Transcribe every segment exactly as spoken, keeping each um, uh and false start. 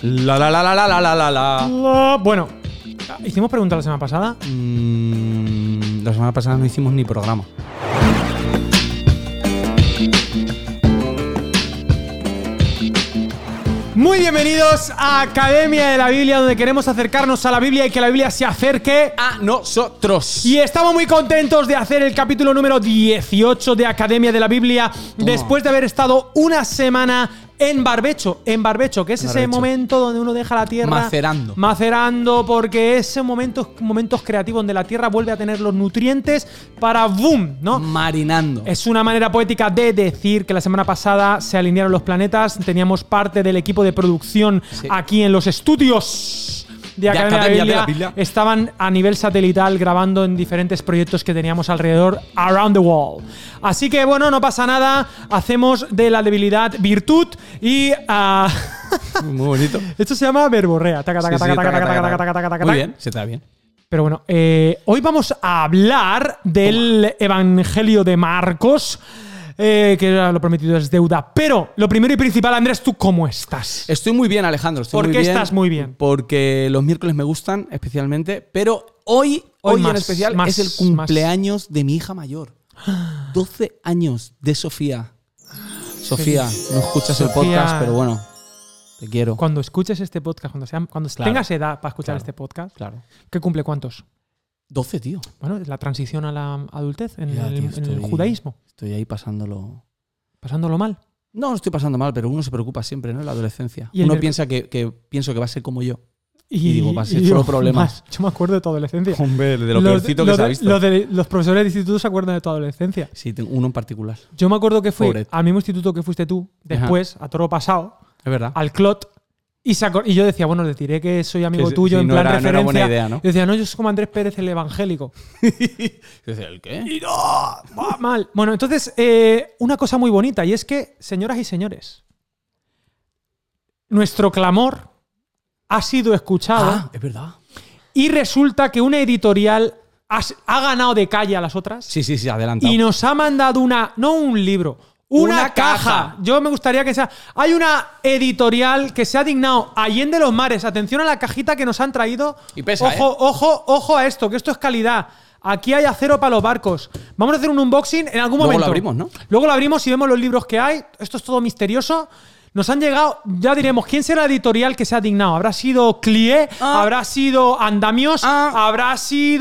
La la la la la la la la la. Bueno, ¿hicimos preguntas la semana pasada? Mm, la semana pasada no hicimos ni programa. Muy bienvenidos a Academia de la Biblia, donde queremos acercarnos a la Biblia y que la Biblia se acerque A nosotros. Y estamos muy contentos de hacer el capítulo número dieciocho de Academia de la Biblia, Toma. después de haber estado una semana en barbecho, en barbecho, que es ese Barbecho. momento donde uno deja la tierra Macerando. macerando, porque ese momento, momentos creativos donde la tierra vuelve a tener los nutrientes para boom, ¿no? Marinando. Es una manera poética de decir que la semana pasada se alinearon los planetas, teníamos parte del equipo de producción Sí. aquí en los estudios de Academia, Academia de, de la la Biblia. Biblia. Estaban a nivel satelital grabando en diferentes proyectos que teníamos alrededor, around the world. Así que bueno, no pasa nada, hacemos de la debilidad virtud y uh, Muy bonito. esto se llama verborrea. Taca, taca, Sí, sí, taca, taca, taca, taca, taca, taca, taca, taca, taca, Muy taca. bien, se te da bien. Pero bueno, eh, hoy vamos a hablar del Evangelio de Marcos, eh, que era lo prometido es deuda. Pero lo primero y principal, Andrés, ¿tú cómo estás? Estoy muy bien, Alejandro. Estoy ¿Por muy qué bien estás muy bien? Porque los miércoles me gustan especialmente, pero hoy, Hoy hoy, más, en especial más, es el cumpleaños de mi hija mayor. doce años de Sofía. Sofía, no escuchas el Sofía. podcast, pero bueno, te quiero. Cuando escuches este podcast, cuando, sea, cuando Claro. tengas edad para escuchar Claro. este podcast, Claro. ¿qué cumple cuántos? doce, tío. Bueno, es la transición a la adultez en, Ya, el, tío, en el estoy- judaísmo, Estoy ahí pasándolo. pasándolo mal. No, no estoy pasando mal, pero uno se preocupa siempre, ¿no? En la adolescencia. Y el Uno merc- piensa que, que pienso que va a ser como yo. Y, Y digo, va a ser y solo yo, problemas. Yo me acuerdo de tu adolescencia. Hombre, de Los- los de- Los, de- los profesores de instituto se acuerdan de tu adolescencia. Sí, tengo uno en particular. Yo me acuerdo que fui Pobre. al mismo instituto que fuiste tú, después, a toro pasado, Es verdad. al Clot, y, se acor- y yo decía, bueno, les diré que soy amigo Que sí, tuyo, sí, en no plan era- no era referencia. buena idea, ¿no? Yo decía, no, yo soy como Andrés Pérez, el evangélico. Dice, ¿el qué? Y no, va mal. Bueno, entonces, eh, una cosa muy bonita, y es que, señoras y señores, nuestro clamor ha sido escuchado. Ah, es verdad. Y resulta que una editorial ha, ha ganado de calle a las otras Sí, sí, sí, adelantado. y nos ha mandado una, no un libro, una, Una caja. caja. Yo me gustaría que sea. Hay una editorial que se ha dignado Allende los Mares. Atención a la cajita que nos han traído. Y pesa, ojo, ¿eh? ojo, ojo a esto, que esto es calidad. Aquí hay acero para los barcos. Vamos a hacer un unboxing en algún Luego momento. lo abrimos, ¿no? Luego lo abrimos y vemos los libros que hay. Esto es todo misterioso. Nos han llegado, ya diremos, ¿quién será la editorial que se ha dignado? ¿Habrá sido Clié? Ah. ¿Habrá sido Andamios? Ah. ¿Habrá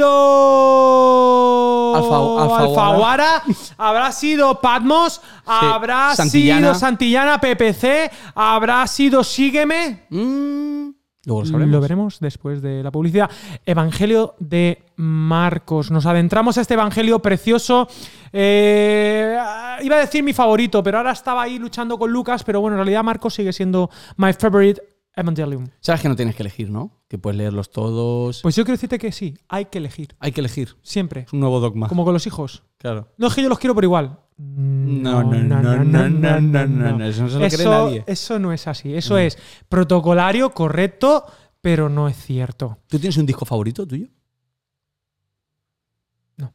sido Alfa- Alfaguara. Alfaguara? ¿Habrá sido Patmos? ¿Habrá Santillana. sido Santillana P P C? ¿Habrá sido Sígueme? Mm, luego lo sabremos. Lo veremos después de la publicidad. Evangelio de Marcos. Nos adentramos a este evangelio precioso. Eh, iba a decir mi favorito, pero ahora estaba ahí luchando con Lucas. Pero bueno, en realidad Marcos sigue siendo my favorite evangelium. Sabes que no tienes que elegir, ¿no? Que puedes leerlos todos. Pues yo quiero decirte que sí, hay que elegir. Hay que elegir. Siempre. Es un nuevo dogma. Como con los hijos. Claro. No es que yo los quiero por igual. No, no, no, no, no, no, no, no. Eso no se lo cree Eso, nadie. eso no es así. Eso es protocolario, correcto, pero no es cierto. ¿Tú tienes un disco favorito tuyo? No.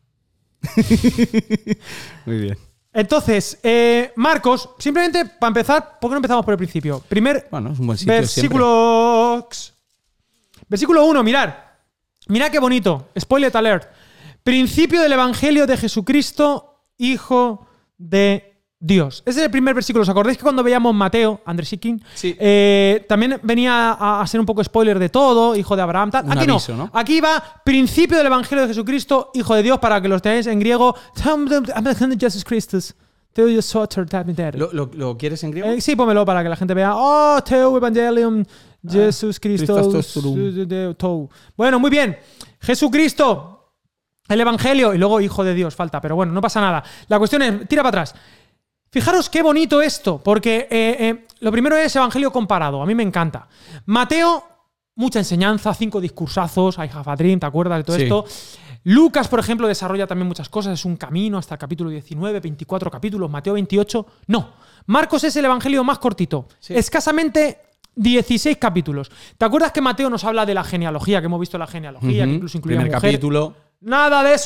Muy bien. Entonces, eh, Marcos, simplemente para empezar, ¿por qué no empezamos por el principio? Primer Bueno, es un buen sitio versículo. Versículo uno, mirar. Mirad qué bonito. Spoiler alert. Principio del Evangelio de Jesucristo, Hijo de Dios. Ese es el primer versículo. ¿Os acordáis que cuando veíamos Mateo, Andrés Shikin, Sí. eh, también venía a, a ser un poco spoiler de todo, hijo de Abraham, tal? Un Aquí aviso, no. ¿no? Aquí va principio del Evangelio de Jesucristo, Hijo de Dios, para que los tengáis en griego. Jesus Christus. Teo Soter, ¿Lo, lo, lo quieres en griego? eh, sí, pónmelo para que la gente vea. Oh, Teo Evangelium, Jesus Christo. Christos Tostorum. Tou. Bueno, muy bien. Jesucristo, el Evangelio y luego Hijo de Dios, falta, pero bueno, no pasa nada. La cuestión es, tira para atrás. Fijaros qué bonito esto, porque eh, eh, lo primero es Evangelio comparado. A mí me encanta. Mateo, mucha enseñanza, cinco discursazos, I have a dream, ¿te acuerdas de todo Sí. esto? Lucas, por ejemplo, desarrolla también muchas cosas, es un camino hasta el capítulo diecinueve, veinticuatro capítulos, Mateo veintiocho. No, Marcos es el evangelio más cortito, Sí. escasamente dieciséis capítulos. ¿Te acuerdas que Mateo nos habla de la genealogía, que hemos visto la genealogía, Ujú. que incluso incluía Primer mujer? capítulo. Nada de eso.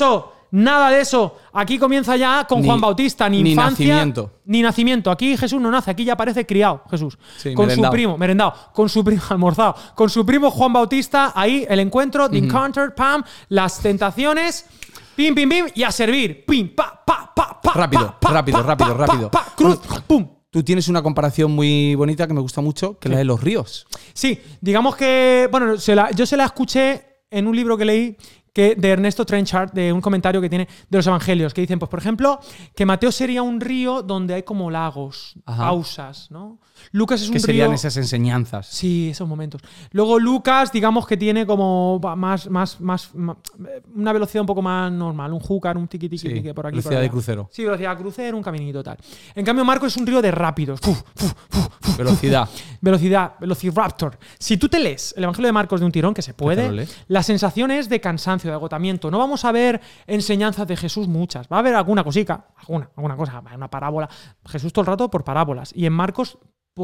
nada de eso. Aquí comienza ya con Ni- Juan Bautista, ni, ni infancia, nacimiento. ni nacimiento. Aquí Jesús no nace, aquí ya aparece criado Jesús. Sí, con merendao. su primo, merendado, con su primo almorzado, con su primo Juan Bautista, ahí el encuentro, the encounter, pam, las tentaciones, pim, pim, pim, y a servir. Pim, pa, pa, pa, pa, Rápido, pa, pa, rápido, pa, rápido, pa, rápido. pa, pa, cruz, pum. Tú tienes una comparación muy bonita que me gusta mucho, que es la de los ríos. Sí, digamos que, bueno, se la- yo se la escuché en un libro que leí que, de Ernesto Trenchard, de un comentario que tiene de los evangelios, que dicen, pues por ejemplo, que Mateo sería un río donde hay como lagos, Ajá. pausas, ¿no? Lucas es un Que serían río... esas enseñanzas. Sí, esos momentos. Luego Lucas, digamos que tiene como más, más, más, más- una velocidad un poco más normal, un júcar, un tiqui tiqui Sí, tiqui por aquí. velocidad por allá. de crucero. Sí, velocidad de crucero, un caminito tal. En cambio, Marcos es un río de rápidos. Fuf, fuf, fuf, fuf, Velocidad. Velocidad, Velociraptor. Si tú te lees el Evangelio de Marcos de un tirón, que se te lo puede, lees? la sensación es de cansancio, de agotamiento. No vamos a ver enseñanzas de Jesús muchas. Va a haber alguna cosica, alguna, alguna cosa, una parábola. Jesús todo el rato por parábolas. Y en Marcos,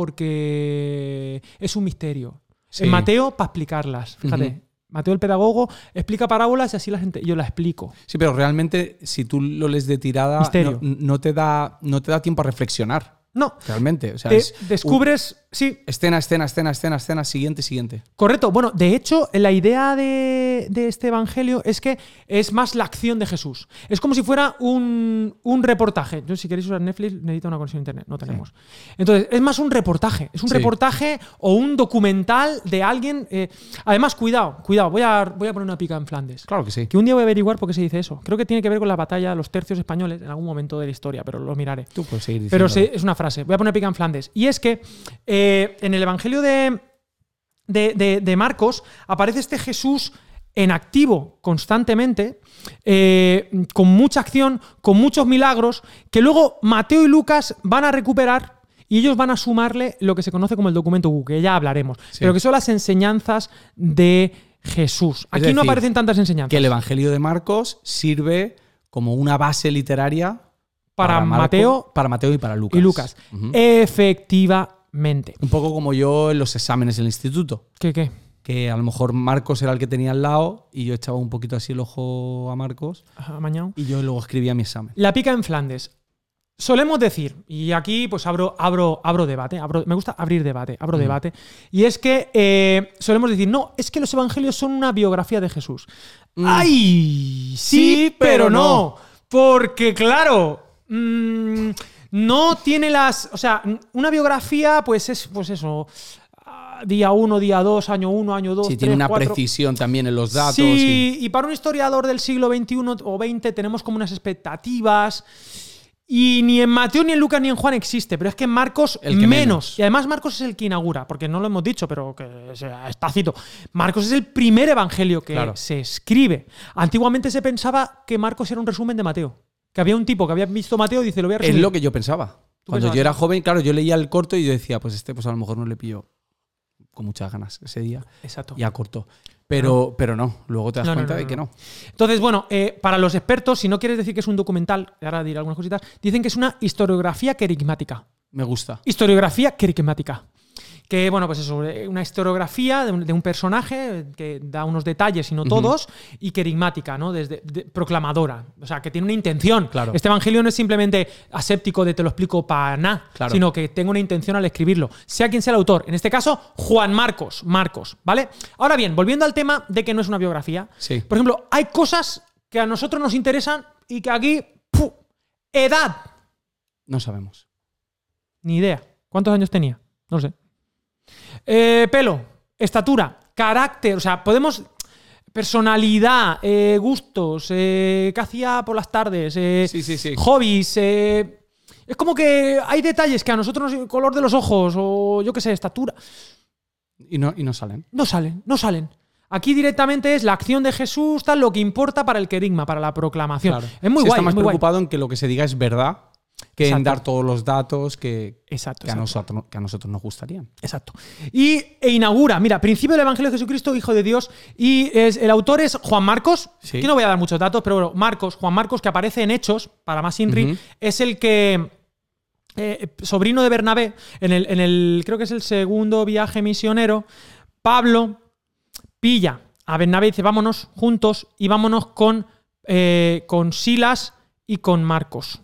porque es un misterio. Sí. En Mateo, para explicarlas. Fíjate. Ujú. Mateo el pedagogo explica parábolas y así la gente, yo la explico. Sí, pero realmente, si tú lo lees de tirada, Misterio. no, no te da, no te da tiempo a reflexionar. No, Realmente. O sea, te es descubres, sí, escena, escena, escena, escena, escena, siguiente, siguiente. correcto. Bueno, de hecho, la idea de, de este evangelio es que es más la acción de Jesús. Es como si fuera un, un reportaje. Yo, si queréis usar Netflix, necesito una conexión a internet. No tenemos. Entonces, es más un reportaje. Es un Sí. reportaje o un documental de alguien. eh, Además, cuidado, cuidado. Voy a, voy a poner una pica en Flandes. Claro que sí. Que un día voy a averiguar por qué se dice eso. Creo que tiene que ver con la batalla de los tercios españoles en algún momento de la historia, pero lo miraré. Tú puedes seguir diciendo. Pero sí, es una frase. Voy a poner pica en Flandes. Y es que eh, en el Evangelio de, de, de- de Marcos aparece este Jesús en activo constantemente, eh, con mucha acción, con muchos milagros, que luego Mateo y Lucas van a recuperar y ellos van a sumarle lo que se conoce como el documento U, que ya hablaremos, Sí. pero que son las enseñanzas de Jesús. Aquí no decir, aparecen tantas enseñanzas. Que el Evangelio de Marcos sirve como una base literaria Para Marco- Mateo para Mateo y para Lucas. y Lucas. Ujú. Efectivamente. Un poco como yo en los exámenes del instituto. ¿Qué qué? Que a lo mejor Marcos era el que tenía al lado y yo echaba un poquito así el ojo a Marcos Ajá, mañana. y yo luego escribía mi examen. La pica en Flandes. Solemos decir, y aquí pues abro, abro, abro debate, abro- me gusta abrir debate, abro Mm. debate, y es que eh, solemos decir, no, es que los evangelios son una biografía de Jesús. Mm. ¡Ay! Sí, pero no. Porque, claro, mm, no tiene las. O sea, una biografía, pues es, pues eso. ah, Día uno, día dos, año uno, año dos. Sí, tiene tres, una cuatro. precisión también en los datos. Sí, y- y para un historiador del siglo veintiuno o veinte tenemos como unas expectativas. Y ni en Mateo, ni en Lucas, ni en Juan existe, pero es que en Marcos El que menos. menos. Y además Marcos es el que inaugura, porque no lo hemos dicho, pero que sea, está cito. Marcos es el primer evangelio que Claro. se escribe. Antiguamente se pensaba que Marcos era un resumen de Mateo. Que había un tipo que había visto Mateo y dice, lo voy a Es resumir. lo que yo pensaba. Cuando pensabas yo era eso? joven, claro, yo leía el corto y yo decía, pues este pues a lo mejor no le pillo con muchas ganas ese día. Exacto. Ya cortó. Pero, pero no, luego te das No, no, cuenta no, de no, que no. no. Entonces, bueno, eh, para los expertos, si no quieres decir que es un documental, ahora diré algunas cositas, dicen que es una historiografía querigmática. Me gusta. Historiografía querigmática. Que, bueno, pues eso, eh, una historiografía de un, de un personaje que da unos detalles y no todos, y querigmática, ¿no? Desde, de- proclamadora. O sea, que tiene una intención. Claro. Este evangelio no es simplemente aséptico de te lo explico para nada, Claro. sino que tengo una intención al escribirlo. Sea quien sea el autor. En este caso, Juan Marcos. Marcos, ¿vale? Ahora bien, volviendo al tema de que no es una biografía. Sí. Por ejemplo, hay cosas que a nosotros nos interesan y que aquí. ¡pu! Edad. No sabemos. Ni idea. ¿Cuántos años tenía? No sé. Eh, pelo, estatura, carácter, o sea, podemos. Personalidad, eh, gustos, eh, qué hacía por las tardes, eh, Sí, sí, sí. hobbies. eh, es como que hay detalles que a nosotros nos. Color de los ojos o yo qué sé, estatura. Y no, y no salen. No salen, no salen. Aquí directamente es la acción de Jesús, tal, lo que importa para el querigma, para la proclamación. Claro. Es muy Se guay, está más es muy guay. preocupado en que lo que se diga es verdad que en Exacto. dar todos los datos que, Exacto, que, a exacto. nosotros, que a nosotros nos gustarían. Exacto. Y e inaugura, mira, principio del Evangelio de Jesucristo, Hijo de Dios, y es, el autor es Juan Marcos. Sí. Aquí no voy a dar muchos datos, pero bueno, Marcos, Juan Marcos, que aparece en Hechos, para más Inri, Ujú. es el que, eh, sobrino de Bernabé, en el, en el, creo que es el segundo viaje misionero, Pablo pilla a Bernabé y dice, vámonos juntos y vámonos con eh, con Silas y con Marcos.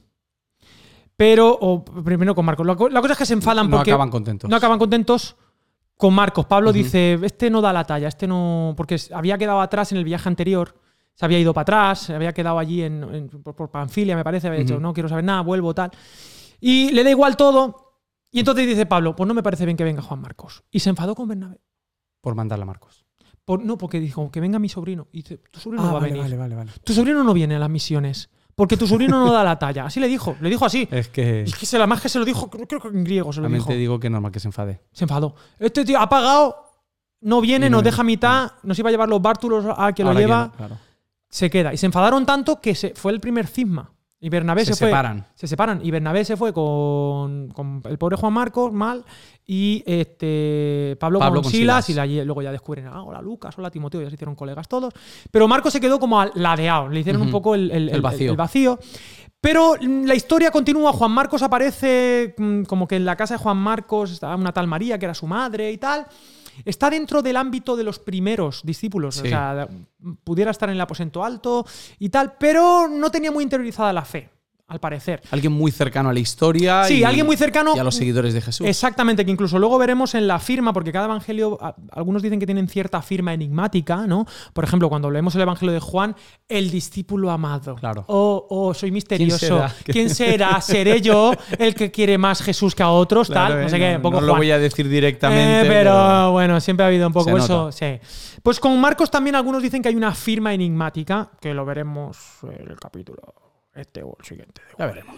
Pero, o primero con Marcos. La, la cosa es que se enfadan no porque acaban contentos. no acaban contentos con Marcos. Pablo Uh-huh. dice, este no da la talla, este no... Porque había quedado atrás en el viaje anterior, se había ido para atrás, se había quedado allí en, en, por, por Panfilia, me parece, había Uh-huh. dicho, no quiero saber nada, vuelvo, tal. Y le da igual todo. Y entonces dice Pablo, pues no me parece bien que venga Juan Marcos. Y se enfadó con Bernabé. Por mandarle a Marcos. Por, no, porque dijo, que venga mi sobrino. Y dice, tu sobrino Ah, no va vale, a venir. vale, vale, vale. Tu sobrino no viene a las misiones. Porque tu sobrino no da la talla. Así le dijo. Le dijo así. Es que... Es que se la más que se lo dijo, creo que en griego se lo Realmente dijo. digo que es normal que se enfade. Se enfadó. Este tío ha pagado, no viene, Y no nos viene. deja a mitad, nos iba a llevar los bártulos a que lo Ahora lleva, que- claro. se queda. Y se enfadaron tanto que se, fue el primer cisma. Y Bernabé se, Se fue. separan. Se separan. Y Bernabé se fue con, con el pobre Juan Marcos, mal. Y este Pablo, Pablo con, con Silas. Silas. Y la- luego ya descubren, ah, hola Lucas, hola Timoteo. Ya se hicieron colegas todos. Pero Marcos se quedó como al- ladeado. Le hicieron Ujú. un poco el, el- El el- vacío. el vacío. Pero mm, la historia continúa. Juan Marcos aparece mm, como que en la casa de Juan Marcos estaba una tal María, que era su madre y tal. Está dentro del ámbito de los primeros discípulos. Sí. O sea, pudiera estar en el aposento alto y tal, pero no tenía muy interiorizada la fe, al parecer. Alguien muy cercano a la historia. Sí, y, alguien muy cercano. Y a los seguidores de Jesús. Exactamente, que incluso luego veremos en la firma, porque cada evangelio, a- algunos dicen que tienen cierta firma enigmática, ¿no? Por ejemplo, cuando leemos el evangelio de Juan, el discípulo amado. Claro. Oh, oh, soy misterioso. será? ¿Quién será? ¿Seré yo el que quiere más Jesús que a otros? Claro, tal, no eh, sé qué, no, un poco no lo Juan. voy a decir directamente. Eh, pero, bueno, siempre ha habido un poco Se eso. nota. Sí. Pues con Marcos también algunos dicen que hay una firma enigmática, que lo veremos en el capítulo este o el siguiente. Ya veremos.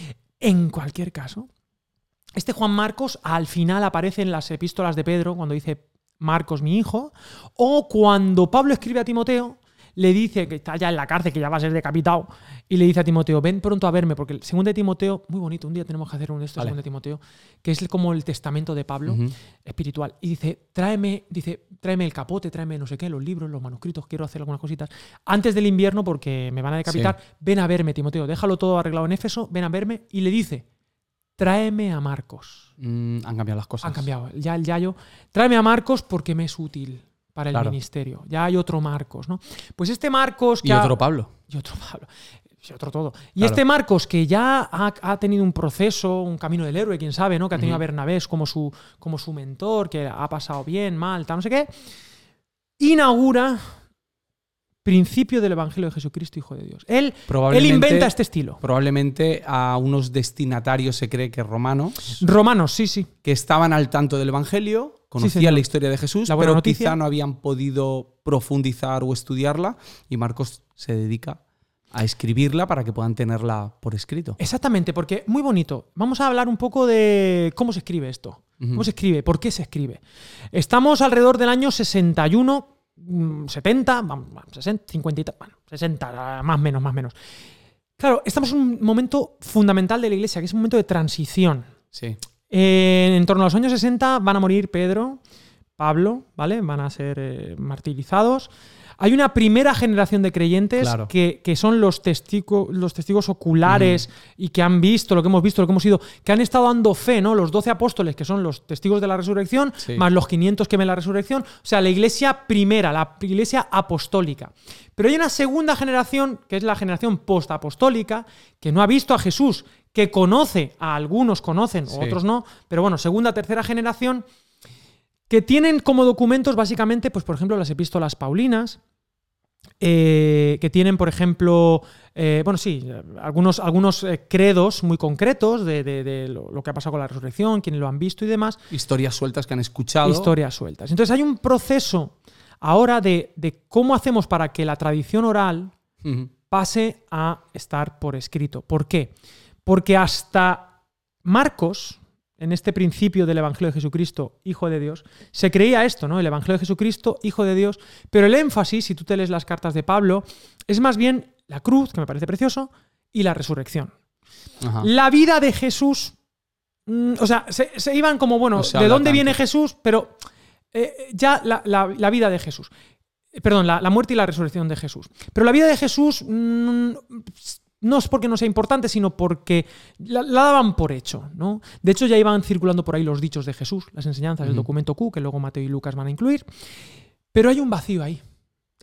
En cualquier caso, este Juan Marcos al final aparece en las epístolas de Pedro cuando dice Marcos mi hijo, o cuando Pablo escribe a Timoteo, le dice que está ya en la cárcel, que ya va a ser decapitado, y le dice a Timoteo, ven pronto a verme, porque el segundo de Timoteo, muy bonito, un día tenemos que hacer un de estos, Vale. segundo de Timoteo, que es como el testamento de Pablo, Ujú. espiritual. Y dice, tráeme, dice, tráeme el capote, tráeme no sé qué, los libros, los manuscritos, quiero hacer algunas cositas. Antes del invierno, porque me van a decapitar, ven a verme, Timoteo, déjalo todo arreglado en Éfeso, ven a verme, y le dice, tráeme a Marcos. Mm, han cambiado las cosas. Han cambiado, ya el yayo. Tráeme a Marcos porque me es útil para el Claro. ministerio. Ya hay otro Marcos, ¿no? Pues este Marcos que Y ha- otro Pablo. y otro Pablo. Y otro todo. Y Claro. este Marcos, que ya ha, ha tenido un proceso, un camino del héroe, quién sabe, ¿no? Que ha tenido Ujú. a Bernabé como su, como su mentor, que ha pasado bien, mal, tal, no sé qué. Inaugura principio del Evangelio de Jesucristo, Hijo de Dios. Él, él Probablemente, inventa este estilo. probablemente a unos destinatarios, se cree que romanos, Romanos, sí, sí. que estaban al tanto del Evangelio, conocían señor. la historia de Jesús, La buena pero noticia. quizá no habían podido profundizar o estudiarla, y Marcos se dedica a escribirla para que puedan tenerla por escrito. Exactamente, porque muy bonito. Vamos a hablar un poco de cómo se escribe esto. Ujú. ¿Cómo se escribe? ¿Por qué se escribe? Estamos alrededor del año sesenta y uno, mm, setenta, vamos, sesenta, cincuenta y tal, bueno, sesenta, más o menos, más o menos. Claro, estamos en un momento fundamental de la Iglesia, que es un momento de transición. Sí. Eh, en torno a los años sesenta van a morir Pedro, Pablo, ¿vale? Van a ser eh, martirizados. Hay una primera generación de creyentes Claro. que, que son los, testigo, los testigos oculares y que han visto lo que hemos visto, lo que hemos ido, que han estado dando fe, ¿no? Los doce apóstoles, que son los testigos de la resurrección, Sí. más los quinientos que ven la resurrección. O sea, la iglesia primera, la iglesia apostólica. Pero hay una segunda generación, que es la generación postapostólica, que no ha visto a Jesús, que conoce, a algunos conocen, Sí. otros no, pero bueno, segunda, tercera generación, que tienen como documentos básicamente, pues por ejemplo, las epístolas paulinas, eh, que tienen, por ejemplo, eh, bueno, sí, algunos, algunos eh, credos muy concretos de, de- de lo, lo que ha pasado con la resurrección, quienes lo han visto y demás, Historias sueltas que han escuchado. historias sueltas. Entonces hay un proceso ahora de, de cómo hacemos para que la tradición oral Ujú. pase a estar por escrito. ¿Por qué? Porque hasta Marcos, en este principio del Evangelio de Jesucristo, Hijo de Dios, se creía esto, ¿no? El Evangelio de Jesucristo, Hijo de Dios, pero el énfasis, si tú te lees las cartas de Pablo, es más bien la cruz, que me parece precioso, y la resurrección. Ajá. La vida de Jesús, mm, o sea, se, se iban como, bueno, No se ¿de habla dónde tanto. viene Jesús? Pero eh, ya la, la- la vida de Jesús. Eh, Perdón, la, la muerte y la resurrección de Jesús. Pero la vida de Jesús mm, no es porque no sea importante, sino porque la, la daban por hecho, ¿no? De hecho, ya iban circulando por ahí los dichos de Jesús, las enseñanzas del Ujú. documento Q, que luego Mateo y Lucas van a incluir. Pero hay un vacío ahí.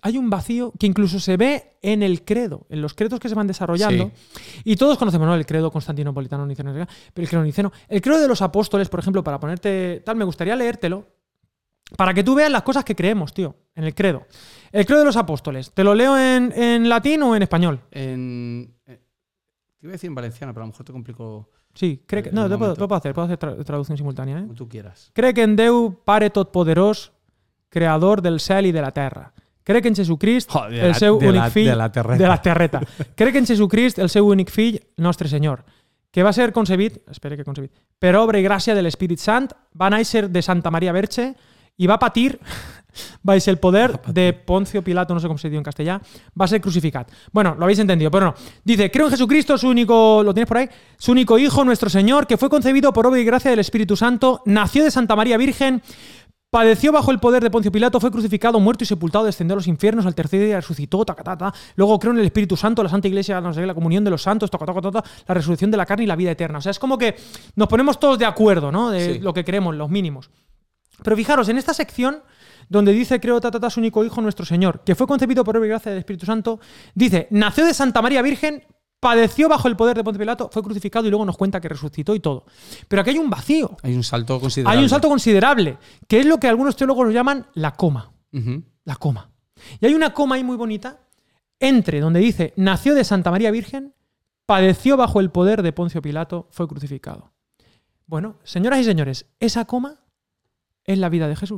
hay un vacío que incluso se ve en el credo, en los credos que se van desarrollando. Sí. Y todos conocemos, ¿no?, el credo constantinopolitano, niceno, pero el credo niceno. El credo de los apóstoles, por ejemplo, para ponerte tal, me gustaría leértelo para que tú veas las cosas que creemos, tío, en el credo. El credo de los apóstoles, ¿te lo leo en, en latín o en español? En, eh, te iba a decir en valenciano, pero a lo mejor te complico. Sí, cree que, no, te puedo, te puedo hacer, puedo hacer tra traducción simultánea. ¿eh? Como tú quieras. Cree que en Déu, Pare Totpoderós, creador del cel i de la terra. Cree que en Jesucrist, oh, de el la, seu de únic la, fill... De la terreta. De la terreta. Cree que en Jesucrist, el seu únic fill, nostre Senyor, que va ser concebit, espere que concebit, per obra i gràcia de l'Espírit Sant, va néixer de Santa Maria Verge i va patir baix el poder de Poncio Pilato, no sé cómo se dice en castellano, va a ser crucificado. Bueno, lo habéis entendido, pero no. Dice, creo en Jesucristo, su único, lo tienes por ahí, su único Hijo, nuestro Señor, que fue concebido por obra y gracia del Espíritu Santo, nació de Santa María Virgen, padeció bajo el poder de Poncio Pilato, fue crucificado, muerto y sepultado, descendió a los infiernos, al tercer día resucitó, ta, ta, ta. Luego creo en el Espíritu Santo, la Santa Iglesia, no sé, la comunión de los santos, ta, ta, ta, ta, la resurrección de la carne y la vida eterna. O sea, es como que nos ponemos todos de acuerdo, ¿no? De sí. lo que creemos, los mínimos. Pero fijaros, en esta sección donde dice, creo, ta, ta, ta, su único Hijo, nuestro Señor, que fue concebido por obra y gracia del Espíritu Santo, dice, nació de Santa María Virgen, padeció bajo el poder de Poncio Pilato, fue crucificado y luego nos cuenta que resucitó y todo. Pero aquí hay un vacío. Hay un salto considerable. Hay un salto considerable, que es lo que algunos teólogos llaman la coma. Uh-huh. La coma. Y hay una coma ahí muy bonita entre donde dice, nació de Santa María Virgen, padeció bajo el poder de Poncio Pilato, fue crucificado. Bueno, señoras y señores, esa coma es la vida de Jesús.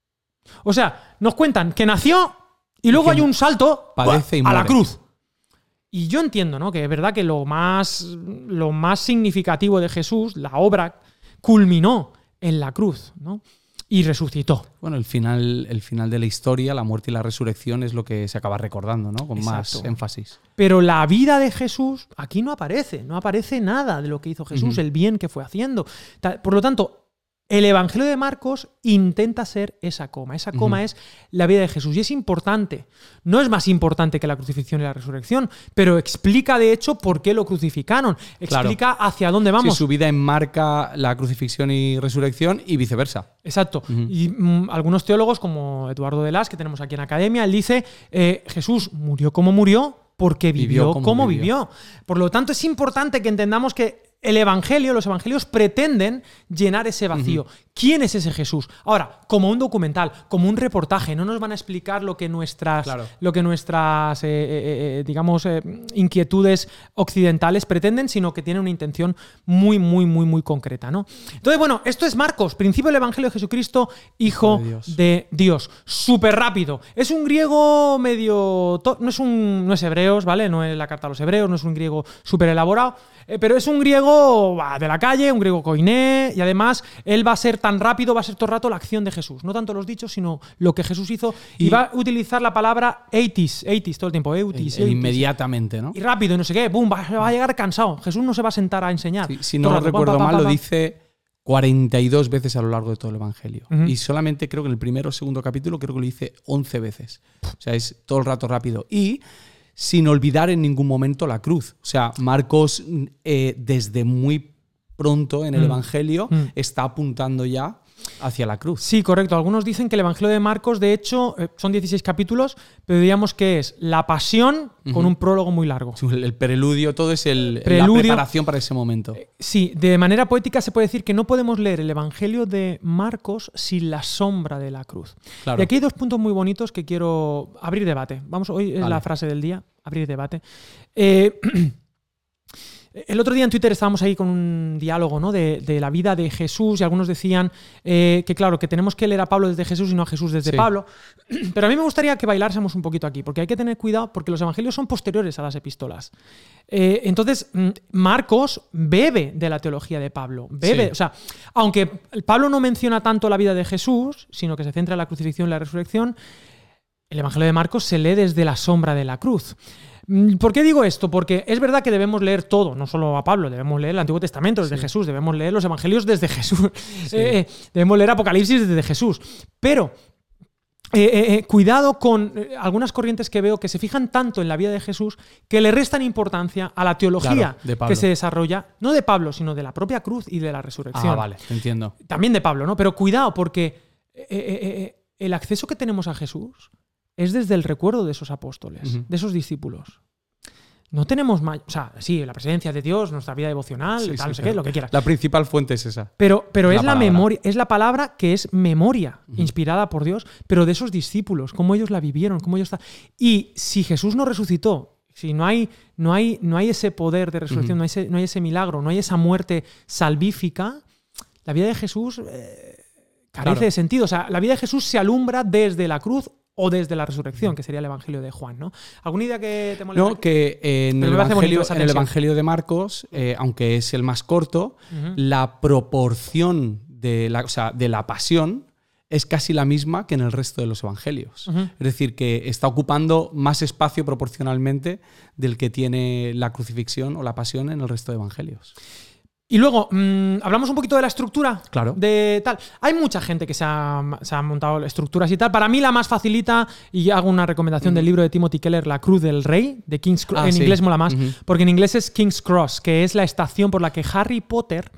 O sea, nos cuentan que nació y luego hay un salto padece y a la muere. cruz. Y yo entiendo, ¿no?, que es verdad que lo más, lo más significativo de Jesús, la obra, culminó en la cruz, ¿no? Y resucitó. Bueno, el final, el final de la historia, la muerte y la resurrección es lo que se acaba recordando, ¿no? Con Exacto. más énfasis. Pero la vida de Jesús aquí no aparece, no aparece nada de lo que hizo Jesús, Uh-huh. el bien que fue haciendo. Por lo tanto, el Evangelio de Marcos intenta ser esa coma. Esa coma uh-huh. es la vida de Jesús. Y es importante. No es más importante que la crucifixión y la resurrección, pero explica, de hecho, por qué lo crucificaron. Explica claro. hacia dónde vamos. Sí, su vida enmarca la crucifixión y resurrección y viceversa. Exacto. Uh-huh. Y mm, algunos teólogos, como Eduardo de Las, que tenemos aquí en Academia, él dice, eh, Jesús murió como murió porque vivió, vivió como, como vivió. vivió. Por lo tanto, es importante que entendamos que el Evangelio, los Evangelios pretenden llenar ese vacío. Uh-huh. ¿Quién es ese Jesús? Ahora, como un documental, como un reportaje, no nos van a explicar lo que nuestras, claro. lo que nuestras eh, eh, digamos, eh, inquietudes occidentales pretenden, sino que tienen una intención muy, muy, muy, muy concreta, ¿no? Entonces, bueno, esto es Marcos, principio del Evangelio de Jesucristo, Hijo de Dios. De Dios. Súper rápido. Es un griego medio... No es, un, no es hebreos, ¿vale? No es la carta a los hebreos, no es un griego súper elaborado, eh, pero es un griego bah, de la calle, un griego koiné, y además él va a ser tan rápido, va a ser todo el rato la acción de Jesús. No tanto los dichos, sino lo que Jesús hizo. Y, y va a utilizar la palabra eitis, eitis todo el tiempo. Eutis, el, el eitis. Inmediatamente, ¿no? Y rápido, y no sé qué. Pum, va, va a llegar cansado. Jesús no se va a sentar a enseñar. Sí, si no lo recuerdo pa, pa, pa, mal, pa, pa. Lo dice cuarenta y dos veces a lo largo de todo el Evangelio. Uh-huh. Y solamente creo que en el primero o segundo capítulo creo que lo dice once veces. O sea, es todo el rato rápido. Y sin olvidar en ningún momento la cruz. O sea, Marcos eh, desde muy pronto en el mm. Evangelio mm. está apuntando ya hacia la cruz. Sí, correcto. Algunos dicen que el Evangelio de Marcos, de hecho, eh, son dieciséis capítulos, pero diríamos que es la pasión uh-huh. con un prólogo muy largo. El, el preludio, todo es el, preludio, la preparación para ese momento. Eh, sí, de manera poética se puede decir que no podemos leer el Evangelio de Marcos sin la sombra de la cruz. Claro. Y aquí hay dos puntos muy bonitos que quiero abrir debate. Vamos, hoy es vale. la frase del día, abrir debate. Eh, El otro día en Twitter estábamos ahí con un diálogo, ¿no?, de, de la vida de Jesús, y algunos decían eh, que, claro, que tenemos que leer a Pablo desde Jesús y no a Jesús desde sí. Pablo. Pero a mí me gustaría que bailásemos un poquito aquí, porque hay que tener cuidado, porque los evangelios son posteriores a las epístolas. Eh, entonces, Marcos bebe de la teología de Pablo. Bebe, sí. O sea, aunque Pablo no menciona tanto la vida de Jesús, sino que se centra en la crucifixión y la resurrección, el evangelio de Marcos se lee desde la sombra de la cruz. ¿Por qué digo esto? Porque es verdad que debemos leer todo, no solo a Pablo, debemos leer el Antiguo Testamento desde sí. Jesús, debemos leer los Evangelios desde Jesús, sí. eh, debemos leer Apocalipsis desde Jesús, pero eh, eh, cuidado con eh, algunas corrientes que veo que se fijan tanto en la vida de Jesús que le restan importancia a la teología claro, que se desarrolla, no de Pablo, sino de la propia cruz y de la resurrección. Ah, vale, entiendo. También de Pablo, ¿no? Pero cuidado, porque eh, eh, eh, el acceso que tenemos a Jesús es desde el recuerdo de esos apóstoles, uh-huh. de esos discípulos. No tenemos más. O sea, sí, la presencia de Dios, nuestra vida devocional, sí, tal, sí, no sé qué, lo que quieras. La principal fuente es esa. Pero, pero es la, la memoria, es la palabra que es memoria, uh-huh. inspirada por Dios, pero de esos discípulos, cómo ellos la vivieron, cómo ellos. Y si Jesús no resucitó, si no hay, no hay, no hay ese poder de resurrección, uh-huh. no, hay ese, no hay ese milagro, no hay esa muerte salvífica, la vida de Jesús eh, carece claro. de sentido. O sea, la vida de Jesús se alumbra desde la cruz o desde la resurrección, que sería el Evangelio de Juan, ¿no? ¿Alguna idea que te moleste? No, que eh, en, el evangelio, en el Evangelio de Marcos, eh, aunque es el más corto, uh-huh. la proporción de la, o sea, de la pasión es casi la misma que en el resto de los evangelios. Uh-huh. Es decir, que está ocupando más espacio proporcionalmente del que tiene la crucifixión o la pasión en el resto de evangelios. Y luego, mmm, hablamos un poquito de la estructura. Claro. De tal. Hay mucha gente que se ha, se ha montado estructuras y tal. Para mí la más facilita, y hago una recomendación mm. del libro de Timothy Keller, La Cruz del Rey, de King's Cross. Ah, en sí. inglés mola más, uh-huh. porque en inglés es King's Cross, que es la estación por la que Harry Potter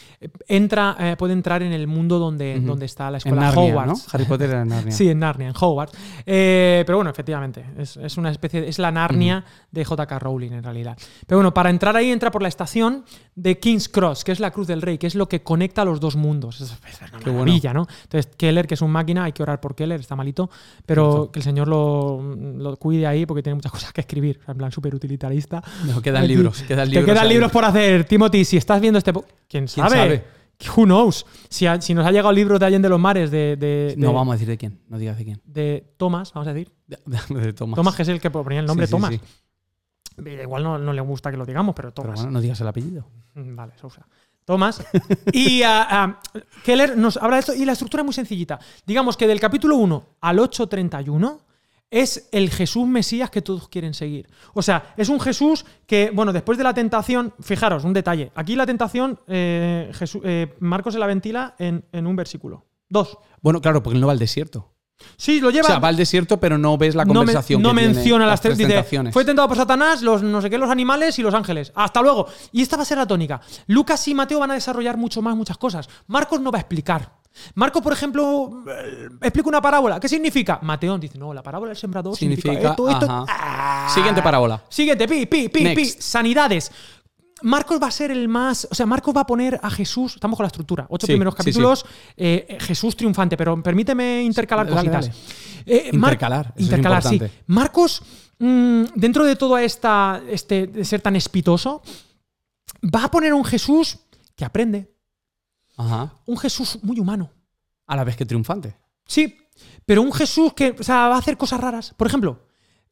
entra, eh, puede entrar en el mundo donde, uh-huh. donde está la escuela en Narnia, Hogwarts. ¿no? Harry Potter era en Narnia. Sí, en Narnia, en Hogwarts. Eh, pero bueno, efectivamente, es, es una especie de, es la Narnia uh-huh. de J K Rowling en realidad. Pero bueno, para entrar ahí entra por la estación de King's Cross, que es la Cruz del Rey, que es lo que conecta los dos mundos. Es una Qué maravilla, bueno. ¿no? Entonces, Keller, que es un máquina, hay que orar por Keller, está malito, pero Perfecto. que el Señor lo, lo cuide ahí porque tiene muchas cosas que escribir, en plan súper utilitarista. No, quedan libros, quedan libros. Te quedan libros por hacer. Timothy, si estás viendo este... Po- ¿Quién sabe? ¿Quién sabe? Who knows? Si, ha, si nos ha llegado el libro de Allende los Mares de, de, de... No vamos a decir de quién, no digas de quién. De Thomas, vamos a decir. De, de, de Thomas. Thomas, que es el que ponía el nombre sí, Thomas. Sí, sí. Igual no, no le gusta que lo digamos, pero Thomas. Pero bueno, no digas el apellido. Vale, Sousa. Thomas. Y uh, uh, Keller nos habla de esto y la estructura es muy sencillita. Digamos que del capítulo uno al ocho treinta y uno es el Jesús Mesías que todos quieren seguir. O sea, es un Jesús que, bueno, después de la tentación, fijaros, un detalle. Aquí la tentación, eh, Jesús, eh, Marcos se la ventila en, en un versículo. Dos. Bueno, claro, porque él no va al desierto. Sí, lo lleva. O sea, va al desierto, pero no ves la conversación. No, me, no que menciona las tres. Dice, fue tentado por Satanás, los no sé qué, los animales y los ángeles. Hasta luego. Y esta va a ser la tónica. Lucas y Mateo van a desarrollar mucho más, muchas cosas. Marcos no va a explicar. Marcos, por ejemplo, explica una parábola. ¿Qué significa? Mateo dice, no, la parábola del sembrador significa, significa esto, esto. Ah, Siguiente parábola. Siguiente, pi, pi, pi, pi. Sanidades. Marcos va a ser el más... O sea, Marcos va a poner a Jesús... Estamos con la estructura. Ocho sí, primeros capítulos. Sí, sí. Eh, Jesús triunfante. Pero permíteme intercalar dale, cositas. Dale. Eh, intercalar. Mar- intercalar, es sí. Marcos, mmm, dentro de todo esta, este de ser tan espitoso, va a poner un Jesús que aprende. Ajá. Un Jesús muy humano. A la vez que triunfante. Sí, pero un Jesús que o sea, va a hacer cosas raras. Por ejemplo,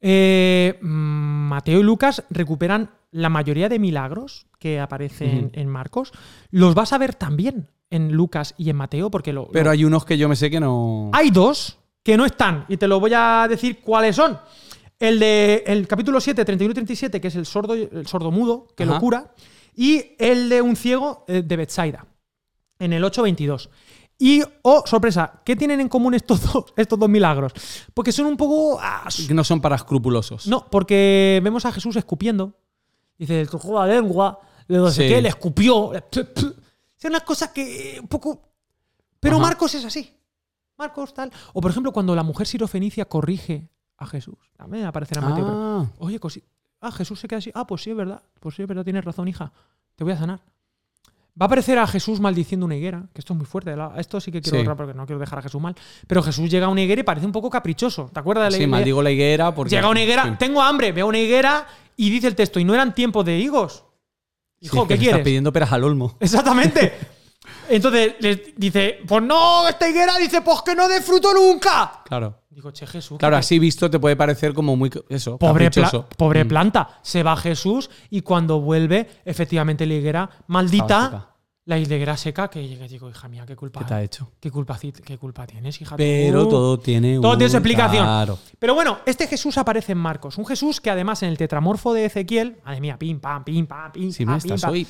eh, Mateo y Lucas recuperan la mayoría de milagros que aparecen uh-huh. en Marcos. Los vas a ver también en Lucas y en Mateo. Porque lo, pero lo... hay unos que yo me sé que no... Hay dos que no están. Y te lo voy a decir cuáles son. El de el capítulo siete, treinta y uno y treinta y siete, que es el sordo, el sordo mudo, que Ajá. lo cura. Y el de un ciego eh, de Betsaida. En el ocho veintidós. Y, oh, sorpresa, ¿qué tienen en común estos dos, estos dos milagros? Porque son un poco... Ah, no son para escrupulosos. No, porque vemos a Jesús escupiendo. Dice, tocó la lengua, de no sé sí. qué, le escupió. Son unas cosas que un poco... Pero Ajá. Marcos es así. Marcos tal. O, por ejemplo, cuando la mujer sirofenicia corrige a Jesús. También aparecerá en Mateo. Ah. Pero, oye, cosi... ah, Jesús se queda así. Ah, pues sí, es verdad. Pues sí, es verdad, tienes razón, hija. Te voy a sanar. Va a aparecer a Jesús maldiciendo una higuera, que esto es muy fuerte. Esto sí que quiero borrar sí. porque no quiero dejar a Jesús mal. Pero Jesús llega a una higuera y parece un poco caprichoso. ¿Te acuerdas de la sí, higuera? Sí, maldigo la higuera porque... Llega a una higuera, sí. tengo hambre, veo una higuera y dice el texto, y no eran tiempos de higos. Hijo, sí, ¿qué quieres? Estás pidiendo peras al olmo. Exactamente. Entonces les dice, pues no, esta higuera dice, pues que no dé fruto nunca. Claro. Digo, che, Jesús. Claro, así visto te puede parecer como muy... Eso, pobre, pla- caprichoso. pobre mm. planta. Se va Jesús y cuando vuelve, efectivamente la higuera maldita... La higuera seca, que digo, hija mía, qué culpa. ¿Qué te ha hecho? ¿Qué culpa, qué culpa tienes, hija? Pero tú? todo tiene Todo un... tiene su explicación. Claro. Pero bueno, este Jesús aparece en Marcos. Un Jesús que además en el tetramorfo de Ezequiel... Madre mía, pim, pam, pim, pam, pim, sí, pam, me estás hoy.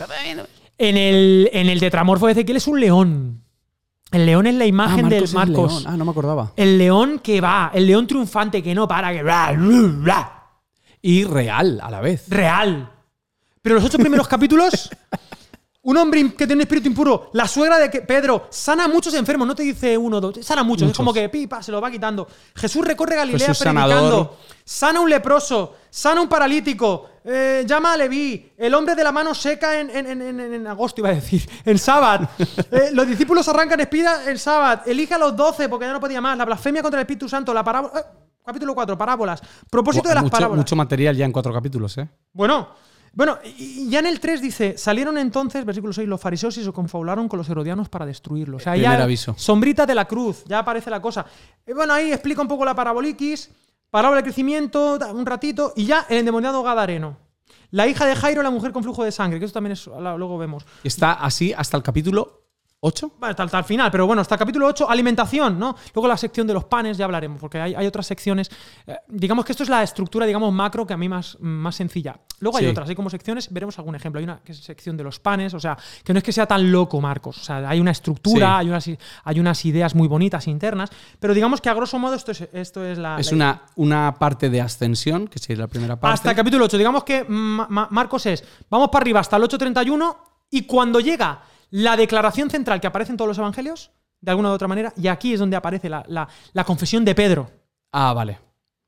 En el, en el tetramorfo de Ezequiel es un león. El león es la imagen ah, del Marcos. León. Ah, no me acordaba. El león que va, el león triunfante que no para, que... Bla, bla, bla. Y real a la vez. Real. Pero los ocho primeros capítulos... Un hombre que tiene un espíritu impuro, la suegra de que Pedro sana a muchos enfermos, no te dice uno, dos, sana a muchos, muchos. Es como que pipa, se lo va quitando. Jesús recorre Galilea Jesús predicando, sanador. Sana a un leproso, sana a un paralítico, eh, llama a Leví, el hombre de la mano seca en, en, en, en agosto, iba a decir, en sábado. eh, los discípulos arrancan espinas el sábado, elige a los doce porque ya no podía más, la blasfemia contra el Espíritu Santo, la parábola... Eh, capítulo cuatro, parábolas. Propósito de las mucho, parábolas. Mucho material ya en cuatro capítulos, ¿eh? Bueno... Bueno, y ya en el tres dice, salieron entonces, versículo seis, los fariseos y se confabularon con los herodianos para destruirlos. O sea, Primer ya aviso. Sombrita de la cruz, ya aparece la cosa. Y bueno, ahí explica un poco la paraboliquis, parábola de crecimiento, un ratito, y ya el endemoniado gadareno. La hija de Jairo, la mujer con flujo de sangre, que eso también es, luego vemos. Está así hasta el capítulo ocho. Bueno, hasta, hasta el final, pero bueno, hasta el capítulo ocho, alimentación, ¿no? Luego la sección de los panes, ya hablaremos, porque hay, hay otras secciones. Eh, digamos que esto es la estructura, digamos, macro, que a mí más, más sencilla. Luego hay sí. otras, hay como secciones, veremos algún ejemplo. Hay una que es sección de los panes, o sea, que no es que sea tan loco, Marcos. O sea, hay una estructura, sí. hay, unas, hay unas ideas muy bonitas internas, pero digamos que a grosso modo esto es, esto es la... Es la una, una parte de ascensión, que sería la primera parte. Hasta el capítulo ocho. Digamos que Ma- Ma- Marcos es, vamos para arriba hasta el ocho treinta y uno, y cuando llega la declaración central que aparece en todos los evangelios, de alguna u otra manera, y aquí es donde aparece la, la, la confesión de Pedro. Ah, vale.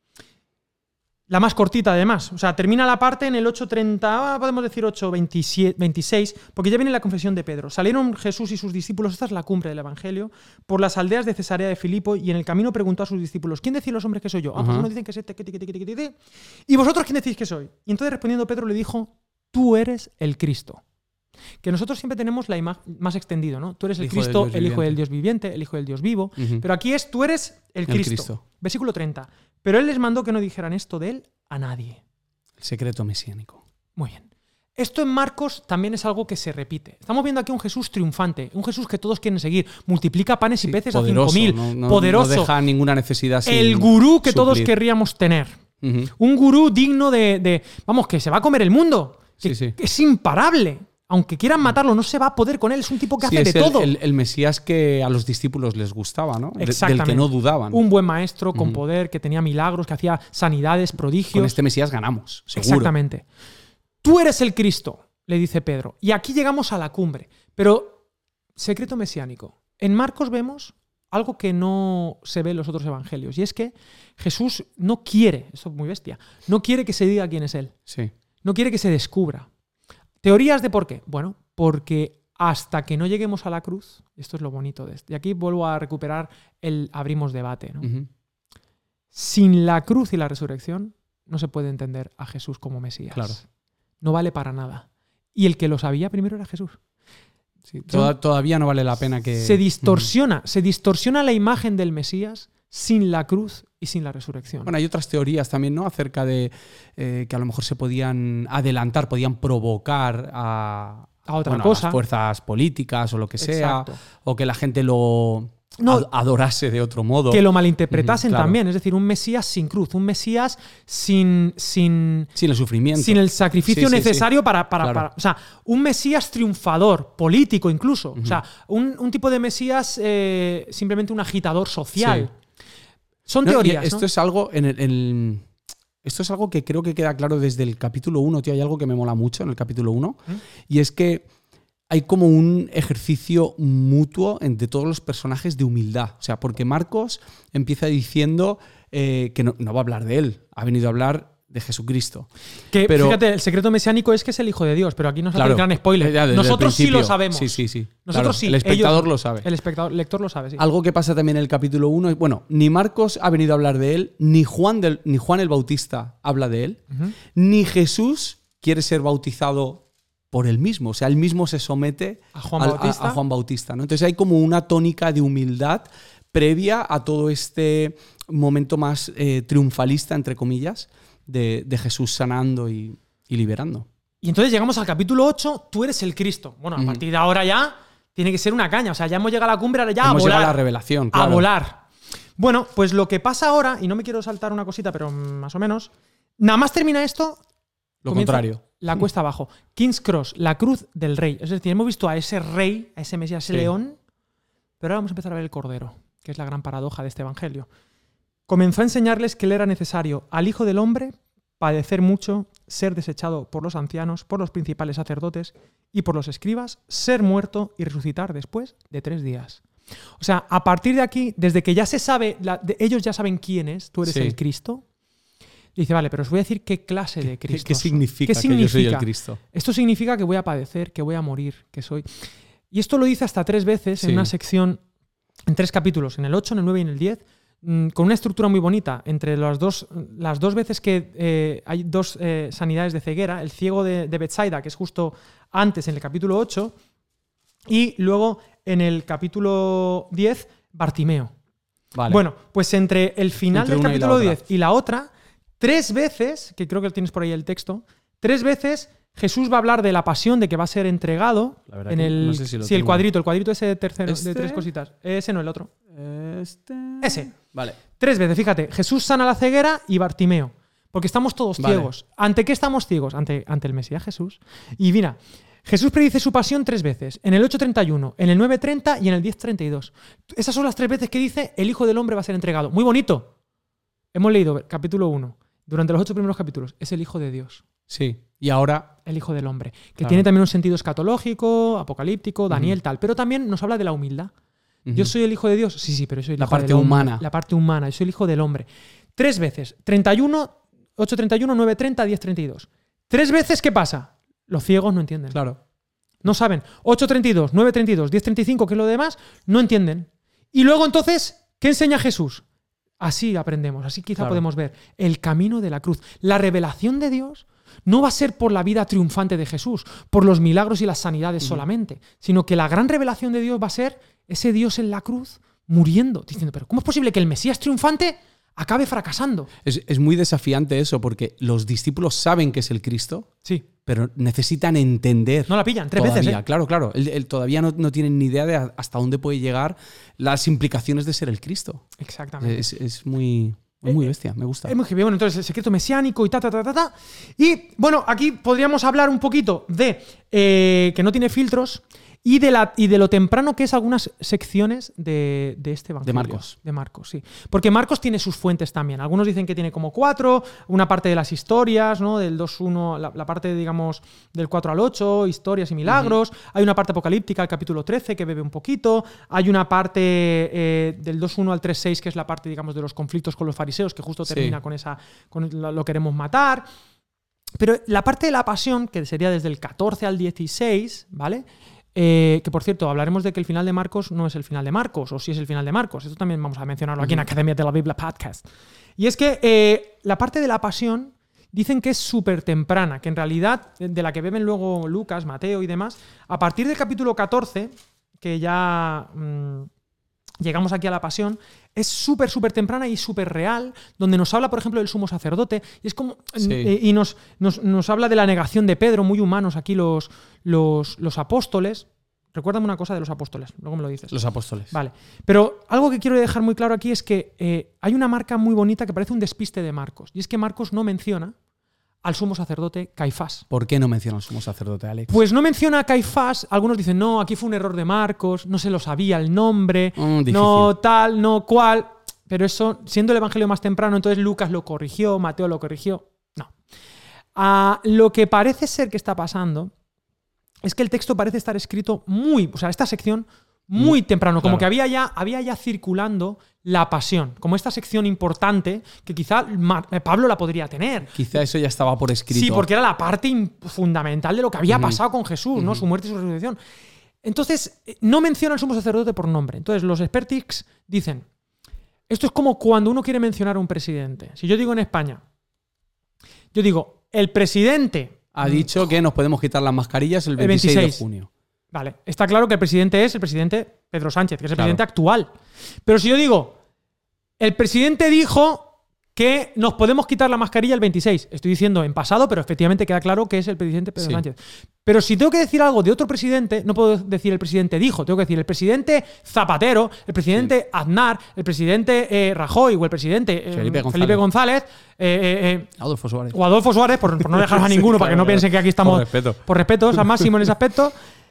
La más cortita, además. O sea, termina la parte en el ocho treinta, podemos decir ocho veintiséis, porque ya viene la confesión de Pedro. Salieron Jesús y sus discípulos, esta es la cumbre del evangelio, por las aldeas de Cesarea de Filipo, y en el camino preguntó a sus discípulos, ¿quién decís los hombres que soy yo? Ah, pues unos dicen que es este, ¿y vosotros quién decís que soy? Y entonces respondiendo Pedro le dijo, tú eres el Cristo. Que nosotros siempre tenemos la imagen más extendido, ¿no? Tú eres el, el Cristo, el Hijo del Dios viviente, el Hijo del Dios vivo. Uh-huh. Pero aquí es, tú eres el Cristo. el Cristo. Versículo treinta. Pero él les mandó que no dijeran esto de él a nadie. El secreto mesiánico. Muy bien. Esto en Marcos también es algo que se repite. Estamos viendo aquí un Jesús triunfante, un Jesús que todos quieren seguir. Multiplica panes y sí, peces poderoso, a cinco mil. No, no, poderoso. No deja ninguna necesidad sin el gurú que suplir. Todos querríamos tener. Uh-huh. Un gurú digno de, de... Vamos, que se va a comer el mundo. Que, sí, sí. que es imparable. Aunque quieran matarlo, no se va a poder con él. Es un tipo que sí, hace de el, todo. El, el Mesías que a los discípulos les gustaba, ¿no? Exactamente. Del que no dudaban. Un buen maestro con uh-huh. poder, que tenía milagros, que hacía sanidades, prodigios. Con este Mesías ganamos, seguro. Exactamente. Tú eres el Cristo, le dice Pedro. Y aquí llegamos a la cumbre. Pero, secreto mesiánico. En Marcos vemos algo que no se ve en los otros evangelios. Y es que Jesús no quiere, esto es muy bestia, no quiere que se diga quién es él. Sí. No quiere que se descubra. ¿Teorías de por qué? Bueno, porque hasta que no lleguemos a la cruz, esto es lo bonito de esto, y aquí vuelvo a recuperar el abrimos debate, ¿no? Uh-huh. Sin la cruz y la resurrección no se puede entender a Jesús como Mesías. Claro. No vale para nada. Y el que lo sabía primero era Jesús. Sí, toda, todavía no vale la pena que... Se distorsiona, uh-huh. se distorsiona la imagen del Mesías sin la cruz y sin la resurrección. Bueno, hay otras teorías también, ¿no? Acerca de eh, que a lo mejor se podían adelantar, podían provocar a, a otra bueno, cosa. A las fuerzas políticas o lo que sea, Exacto. o que la gente lo no, adorase de otro modo. Que lo malinterpretasen uh-huh, claro. también. Es decir, un Mesías sin cruz, un Mesías sin... Sin, sin el sufrimiento. Sin el sacrificio sí, sí, necesario sí. Para, para, Claro. para... O sea, un Mesías triunfador, político incluso. Uh-huh. O sea, un, un tipo de Mesías eh, simplemente un agitador social. Sí. Son no, teorías, Esto ¿no? es algo en el, en, esto es algo que creo que queda claro desde el capítulo uno, tío. Hay algo que me mola mucho en el capítulo uno, ¿Mm? y es que hay como un ejercicio mutuo entre todos los personajes de humildad. O sea, porque Marcos empieza diciendo eh, que no, no va a hablar de él, ha venido a hablar de Jesucristo. Que, pero, fíjate, el secreto mesiánico es que es el Hijo de Dios, pero aquí nos hace claro, el gran spoiler. Ya, Nosotros sí lo sabemos. Sí, sí, sí. Nosotros claro, sí. El espectador ellos, lo sabe. El espectador, el lector lo sabe, sí. Algo que pasa también en el capítulo uno es, bueno, ni Marcos ha venido a hablar de él, ni Juan, del, ni Juan el Bautista habla de él, uh-huh. ni Jesús quiere ser bautizado por él mismo. O sea, él mismo se somete a Juan al, Bautista. A, a Juan Bautista, ¿no? Entonces hay como una tónica de humildad previa a todo este momento más eh, triunfalista, entre comillas, de, de Jesús sanando y, y liberando. Y entonces llegamos al capítulo ocho, tú eres el Cristo. Bueno, a uh-huh. partir de ahora ya tiene que ser una caña. O sea, ya hemos llegado a la cumbre, ahora ya hemos a volar. llegado a la revelación, claro. A volar. Bueno, pues lo que pasa ahora, y no me quiero saltar una cosita, pero más o menos, nada más termina esto... Lo contrario. La cuesta abajo. King's Cross, la cruz del rey. Es decir, hemos visto a ese rey, a ese Mesías, ese sí. león, pero ahora vamos a empezar a ver el cordero, que es la gran paradoja de este evangelio. Comenzó a enseñarles que le era necesario al Hijo del Hombre padecer mucho, ser desechado por los ancianos, por los principales sacerdotes y por los escribas, ser muerto y resucitar después de tres días. O sea, a partir de aquí, desde que ya se sabe, la, de, ellos ya saben quién es, tú eres sí. el Cristo, dice, vale, pero os voy a decir qué clase de Cristo. ¿Qué, qué significa, ¿Qué significa que yo soy el Cristo? Esto significa que voy a padecer, que voy a morir, que soy... Y esto lo dice hasta tres veces sí. en una sección, en tres capítulos, en el ocho, en el nueve y en el diez, con una estructura muy bonita. Entre las dos, las dos veces que eh, hay dos eh, sanidades de ceguera, el ciego de, de Betsaida, que es justo antes, en el capítulo ocho, y luego en el capítulo diez, Bartimeo. Vale. Bueno, pues entre el final entre del capítulo y diez y la otra, tres veces, que creo que tienes por ahí el texto, tres veces Jesús va a hablar de la pasión, de que va a ser entregado en el, no sé si, lo sí, el cuadrito, el cuadrito ese tercero, ¿Este? de tres cositas. Ese no, el otro. Este... Ese. Vale. Tres veces, fíjate, Jesús sana la ceguera y Bartimeo. Porque estamos todos vale. ciegos. ¿Ante qué estamos ciegos? Ante, ante el Mesías Jesús. Y mira, Jesús predice su pasión tres veces. En el ocho treinta y uno, en el nueve treinta y en el diez treinta y dos. Esas son las tres veces que dice el Hijo del Hombre va a ser entregado. Muy bonito. Hemos leído capítulo uno. Durante los ocho primeros capítulos. Es el Hijo de Dios. Sí. Y ahora... El Hijo del Hombre. Que claro. tiene también un sentido escatológico, apocalíptico, Daniel, uh-huh. tal. Pero también nos habla de la humildad. Uh-huh. Yo soy el Hijo de Dios. Sí, sí, pero soy el la Hijo parte del hombre. humana. La parte humana. Yo soy el Hijo del Hombre. Tres veces. treinta y uno, ocho treinta y uno, nueve treinta, diez treinta y dos. Tres veces, ¿qué pasa? Los ciegos no entienden. Claro. No saben. ocho treinta y dos, nueve treinta y dos, diez treinta y cinco, que es lo demás, no entienden. Y luego entonces, ¿qué enseña Jesús? Así aprendemos, así quizá claro. podemos ver el camino de la cruz. La revelación de Dios no va a ser por la vida triunfante de Jesús, por los milagros y las sanidades uh-huh. solamente, sino que la gran revelación de Dios va a ser ese Dios en la cruz muriendo, diciendo, pero ¿cómo es posible que el Mesías triunfante acabe fracasando? Es, es muy desafiante eso, porque los discípulos saben que es el Cristo, sí. pero necesitan entender. No la pillan, tres todavía. veces. ¿eh? Claro, claro. Él, él todavía no, no tienen ni idea de hasta dónde puede llegar las implicaciones de ser el Cristo. Exactamente. Es, es muy... Muy bestia, me gusta. Es muy heavy. Bueno, entonces el secreto mesiánico y ta, ta, ta, ta, ta. Y bueno, aquí podríamos hablar un poquito de eh, que no tiene filtros y de, la, y de lo temprano que es algunas secciones de, de este evangelio. De Marcos. De Marcos, sí. Porque Marcos tiene sus fuentes también. Algunos dicen que tiene como cuatro, una parte de las historias, ¿no? Del dos uno, la, la parte, digamos, del cuatro al ocho, historias y milagros. Uh-huh. Hay una parte apocalíptica, el capítulo trece, que bebe un poquito. Hay una parte eh, del dos uno al tres seis, que es la parte, digamos, de los conflictos con los fariseos, que justo termina sí. con esa, con lo, lo queremos matar. Pero la parte de la pasión, que sería desde el catorce al dieciséis, ¿vale? Eh, que por cierto, hablaremos de que el final de Marcos no es el final de Marcos, o si es el final de Marcos. Esto también vamos a mencionarlo aquí en Academia de la Biblia Podcast. Y es que eh, la parte de la pasión dicen que es súper temprana, que en realidad, de la que beben luego Lucas, Mateo y demás, a partir del capítulo catorce, que ya mmm, llegamos aquí a la pasión, es súper, súper temprana y súper real, donde nos habla, por ejemplo, del sumo sacerdote, y es como sí. eh, y nos, nos, nos habla de la negación de Pedro, muy humanos aquí los, los, los apóstoles. Recuérdame una cosa de los apóstoles, luego me lo dices. Los apóstoles. Vale. Pero algo que quiero dejar muy claro aquí es que eh, hay una marca muy bonita que parece un despiste de Marcos, y es que Marcos no menciona al sumo sacerdote Caifás. ¿Por qué no menciona al sumo sacerdote, Alex? Pues no menciona a Caifás. Algunos dicen, no, aquí fue un error de Marcos, no se lo sabía el nombre, mm, no tal, no cual. Pero eso, siendo el evangelio más temprano, entonces Lucas lo corrigió, Mateo lo corrigió. No. Ah, lo que parece ser que está pasando es que el texto parece estar escrito muy, o sea, esta sección muy temprano, como claro. que había ya, había ya circulando la pasión, como esta sección importante que quizá Pablo la podría tener. Quizá eso ya estaba por escrito. Sí, porque era la parte fundamental de lo que había uh-huh. pasado con Jesús, ¿no? Uh-huh. Su muerte y su resurrección. Entonces, no menciona al sumo sacerdote por nombre. Entonces, los expertics dicen, esto es como cuando uno quiere mencionar a un presidente. Si yo digo en España, yo digo, el presidente... Ha dicho que nos podemos quitar las mascarillas el veintiséis, el veintiséis de junio. Vale, está claro que el presidente es el presidente Pedro Sánchez, que es el claro. presidente actual. Pero si yo digo, el presidente dijo que nos podemos quitar la mascarilla el veintiséis, estoy diciendo en pasado, pero efectivamente queda claro que es el presidente Pedro sí. Sánchez. Pero si tengo que decir algo de otro presidente, no puedo decir el presidente dijo, tengo que decir el presidente Zapatero, el presidente sí. Aznar, el presidente eh, Rajoy o el presidente eh, Felipe González, Felipe González eh, eh, Adolfo Suárez. O Adolfo Suárez, por, por no dejaros a ninguno, para que no piensen que aquí estamos... Por respeto. Por respeto, al máximo en ese aspecto.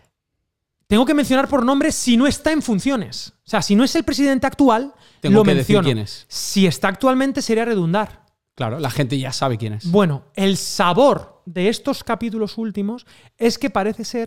Tengo que mencionar por nombre si no está en funciones. O sea, si no es el presidente actual, tengo lo que menciono. Decir quién es. Si está actualmente, sería redundar. Claro, la gente ya sabe quién es. Bueno, el sabor de estos capítulos últimos es que parece ser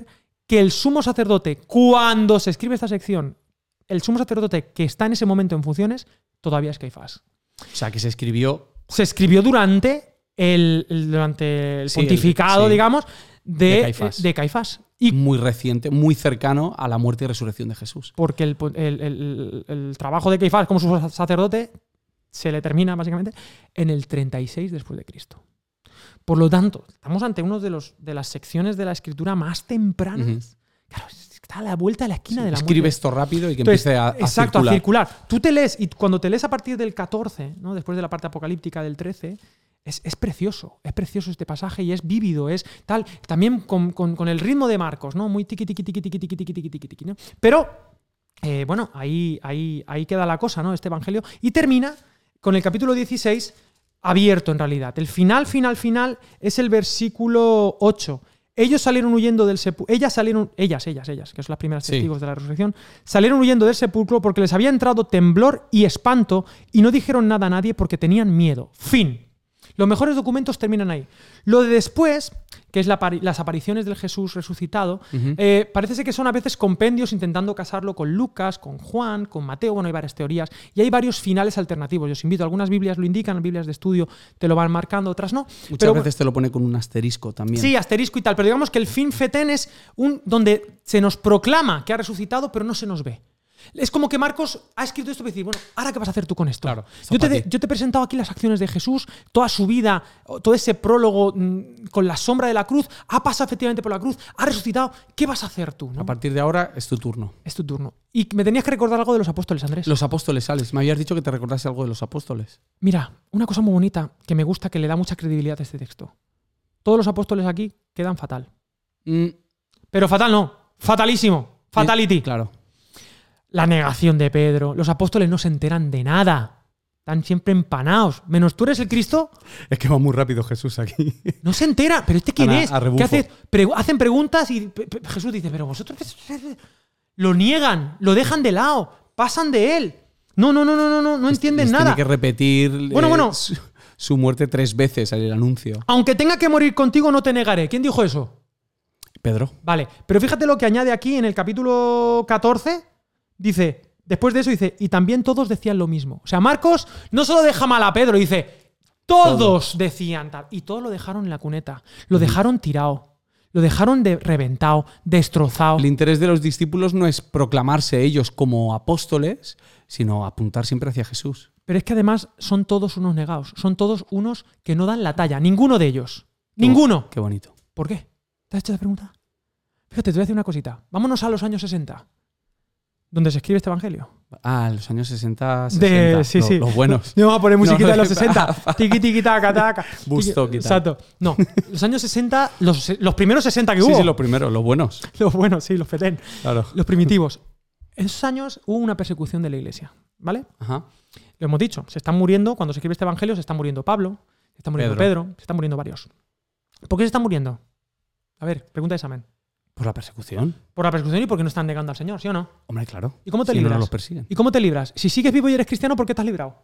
que el sumo sacerdote, cuando se escribe esta sección, el sumo sacerdote que está en ese momento en funciones, todavía es Caifás. O sea, que se escribió... Se escribió durante el, el, durante el sí, pontificado, el, sí. digamos, de, de Caifás. De Caifás. Y muy reciente, muy cercano a la muerte y resurrección de Jesús. Porque el, el, el, el trabajo de Caifás como sumo sacerdote se le termina, básicamente, en el treinta y seis después de Cristo. Por lo tanto, estamos ante una de, los, de las secciones de la escritura más tempranas. Uh-huh. Claro, está a la vuelta de la esquina sí, de la escribe muerte. esto rápido y que Entonces, empiece a, a exacto, circular. a circular. Tú te lees, y cuando te lees a partir del catorce, ¿no? Después de la parte apocalíptica del trece, es, es precioso. Es precioso este pasaje y es vívido, es tal. También con, con, con el ritmo de Marcos, ¿no? Muy tiqui, tiqui, tiqui, tiqui, tiqui, tiqui, tiqui, tiqui, tiqui, ¿no? Pero, eh, bueno, ahí, ahí, ahí queda la cosa, ¿no? Este evangelio. Y termina con el capítulo dieciséis abierto, en realidad. El final, final, final es el versículo ocho. Ellos salieron huyendo del sepulcro. Ellas salieron, ellas, ellas, ellas, que son las primeras sí. testigos de la resurrección, salieron huyendo del sepulcro porque les había entrado temblor y espanto y no dijeron nada a nadie porque tenían miedo. Fin. Los mejores documentos terminan ahí. Lo de después, que es la, las apariciones del Jesús resucitado, uh-huh. eh, parece ser que son a veces compendios intentando casarlo con Lucas, con Juan, con Mateo. Bueno, hay varias teorías y hay varios finales alternativos. Yo os invito, algunas Biblias lo indican, Biblias de estudio te lo van marcando, otras no. Muchas pero, veces te lo pone con un asterisco también. Sí, asterisco y tal, pero digamos que el fin fetén es un donde se nos proclama que ha resucitado, pero no se nos ve. Es como que Marcos ha escrito esto para decir, bueno, ¿ahora qué vas a hacer tú con esto? Claro, yo, te, yo te he presentado aquí las acciones de Jesús, toda su vida, todo ese prólogo mmm, con la sombra de la cruz, ha pasado efectivamente por la cruz, ha resucitado. ¿Qué vas a hacer tú? ¿No? A partir de ahora es tu turno. Es tu turno. Y me tenías que recordar algo de los apóstoles, Andrés. Los apóstoles, Alex. Me habías dicho que te recordase algo de los apóstoles. Mira, una cosa muy bonita que me gusta, que le da mucha credibilidad a este texto. Todos los apóstoles aquí quedan fatal. Mm. Pero fatal no, fatalísimo. Fatality. Sí, claro. La negación de Pedro. Los apóstoles no se enteran de nada. Están siempre empanados. Menos tú eres el Cristo. Es que va muy rápido Jesús aquí. No se entera. ¿Pero este quién Ana, es? A ¿Qué hace? Pre hacen preguntas y Jesús dice, pero vosotros lo niegan, lo dejan de lado, pasan de él. No, no, no, no, no, no, no entienden les nada. Tiene que repetir bueno, eh, bueno. Su, su muerte tres veces en el anuncio. Aunque tenga que morir contigo, no te negaré. ¿Quién dijo eso? Pedro. Vale, pero fíjate lo que añade aquí en el capítulo catorce. Dice, después de eso dice, y también todos decían lo mismo. O sea, Marcos no solo deja mal a Pedro, dice, todos Todo. decían tal. Y todos lo dejaron en la cuneta. Lo mm. dejaron tirado. Lo dejaron de reventado, destrozado. El interés de los discípulos no es proclamarse ellos como apóstoles, sino apuntar siempre hacia Jesús. Pero es que además son todos unos negados. Son todos unos que no dan la talla. Ninguno de ellos. Ninguno. Oh, qué bonito. ¿Por qué? ¿Te has hecho esa pregunta? Fíjate, te voy a decir una cosita. Vámonos a los años sesenta. ¿Dónde se escribe este evangelio? Ah, los años sesenta, sesenta. De, sí, lo, sí. Los buenos. No, vamos a poner musiquita no, de los sesenta. Tiki, tiki, taca, taca. Busto, tiki, exacto. No, los años sesenta, los, los primeros sesenta que hubo. Sí, sí, los primeros, los buenos. Los buenos, sí, los fetén. Claro. Los primitivos. En esos años hubo una persecución de la iglesia, ¿vale? Ajá. Lo hemos dicho, se están muriendo, cuando se escribe este evangelio, se está muriendo Pablo, se está muriendo Pedro, Pedro se están muriendo varios. ¿Por qué se están muriendo? A ver, pregunta de examen. ¿Por la persecución? Por la persecución y porque no están negando al Señor, ¿sí o no? Hombre, claro. ¿Y cómo te si libras? No los persiguen. ¿Y cómo te libras? Si sigues vivo y eres cristiano, ¿por qué te has librado?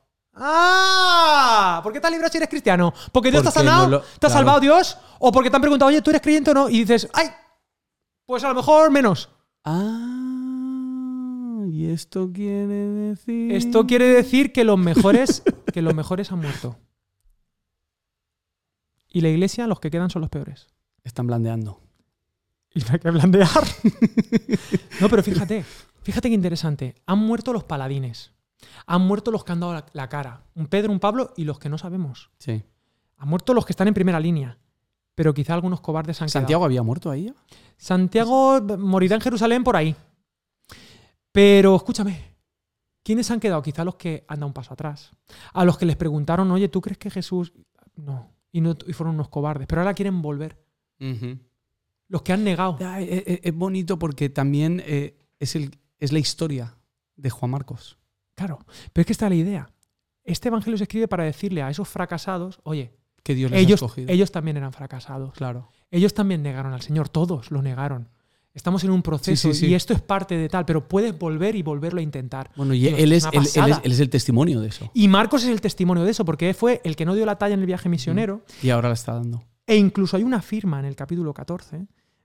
¡Ah! ¿Por qué te has librado si eres cristiano? ¿Porque Dios te ha salvado? No lo, ¿Te ha claro. salvado Dios? ¿O porque te han preguntado, oye, ¿tú eres creyente o no? Y dices, ¡ay! Pues a lo mejor menos. Ah, ¿y esto quiere decir? Esto quiere decir que los mejores, que los mejores han muerto. Y la iglesia, los que quedan son los peores. Están blandeando. Y no hay que blandear. No, pero fíjate, fíjate qué interesante. Han muerto los paladines. Han muerto los que han dado la, la cara. Un Pedro, un Pablo y los que no sabemos. Sí. Han muerto los que están en primera línea. Pero quizá algunos cobardes han ¿Santiago quedado. había muerto ahí? Santiago morirá en Jerusalén por ahí. Pero escúchame. ¿Quiénes han quedado? Quizá los que han dado un paso atrás. A los que les preguntaron, oye, ¿tú crees que Jesús...? No. Y, no, y fueron unos cobardes. Pero ahora quieren volver. Uh-huh. Los que han negado. Ah, es, es, es bonito porque también eh, es, el, es la historia de Juan Marcos. Claro. Pero es que está la idea. Este evangelio se escribe para decirle a esos fracasados, oye, que Dios les ellos, ha escogido. ellos también eran fracasados. Claro. Ellos también negaron al Señor. Todos lo negaron. Estamos en un proceso sí, sí, sí. y esto es parte de tal, pero puedes volver y volverlo a intentar. Bueno, y Dios, él, es, es él, él, es, él es el testimonio de eso. Y Marcos es el testimonio de eso, porque fue el que no dio la talla en el viaje misionero. Y ahora la está dando. E incluso hay una firma en el capítulo catorce,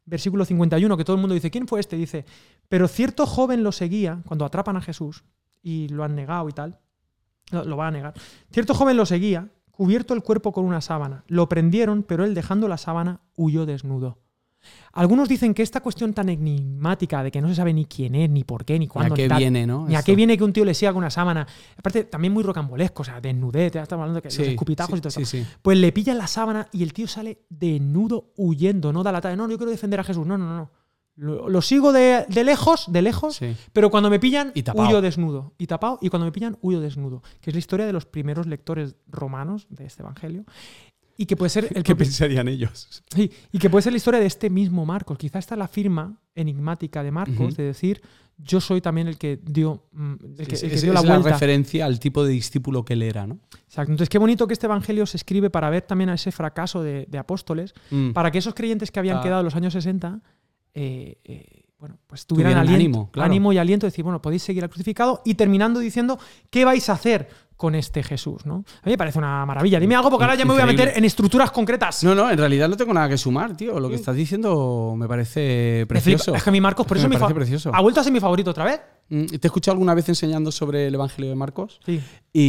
versículo cincuenta y uno, que todo el mundo dice, ¿quién fue este? Dice, pero cierto joven lo seguía, cuando atrapan a Jesús y lo han negado y tal, lo, lo va a negar. Cierto joven lo seguía, cubierto el cuerpo con una sábana. Lo prendieron, pero él, dejando la sábana, huyó desnudo. Algunos dicen que esta cuestión tan enigmática de que no se sabe ni quién es, ni por qué, ni cuándo, ¿A qué ni tal, viene, no? ni a Esto. qué viene que un tío le siga con una sábana. Aparte, también muy rocambolesco, o sea, desnudez, ya estamos hablando de que Sí, los escupitajos sí, y todo sí, eso. sí. Pues le pillan la sábana y el tío sale desnudo huyendo, no da la talla. No, yo quiero defender a Jesús. No, no, no. Lo, lo sigo de, de lejos, de lejos, Sí. pero cuando me pillan, Y tapao. huyo desnudo. Y tapado, y cuando me pillan, huyo desnudo. Que es la historia de los primeros lectores romanos de este evangelio. Y que puede ser el ¿Qué propio- pensarían ellos? Sí, y que puede ser la historia de este mismo Marcos. Quizá esta es la firma enigmática de Marcos, Ujú. de decir, yo soy también el que dio, mm, el que, Es, el que es- dio es la la vuelta. referencia al tipo de discípulo que él era, ¿no? Exacto. Entonces, qué bonito que este evangelio se escribe para ver también a ese fracaso de, de apóstoles, Mm. para que esos creyentes que habían Ah. quedado en los años sesenta, eh, eh, bueno, pues tuvieran, Tuvieran aliento, ánimo, claro. ánimo y aliento de decir, bueno, podéis seguir al crucificado, y terminando diciendo, ¿qué vais a hacer con este Jesús? ¿no? A mí me parece una maravilla. Dime algo, porque ahora ya me voy a Increíble. meter en estructuras concretas. No, no, en realidad no tengo nada que sumar, tío. Lo que estás diciendo me parece Me precioso. flipa. Es que a mí Marcos, por eso Me mi parece fa- precioso. ha vuelto a ser mi favorito otra vez. Mm, Te he escuchado alguna vez enseñando sobre el Evangelio de Marcos Sí.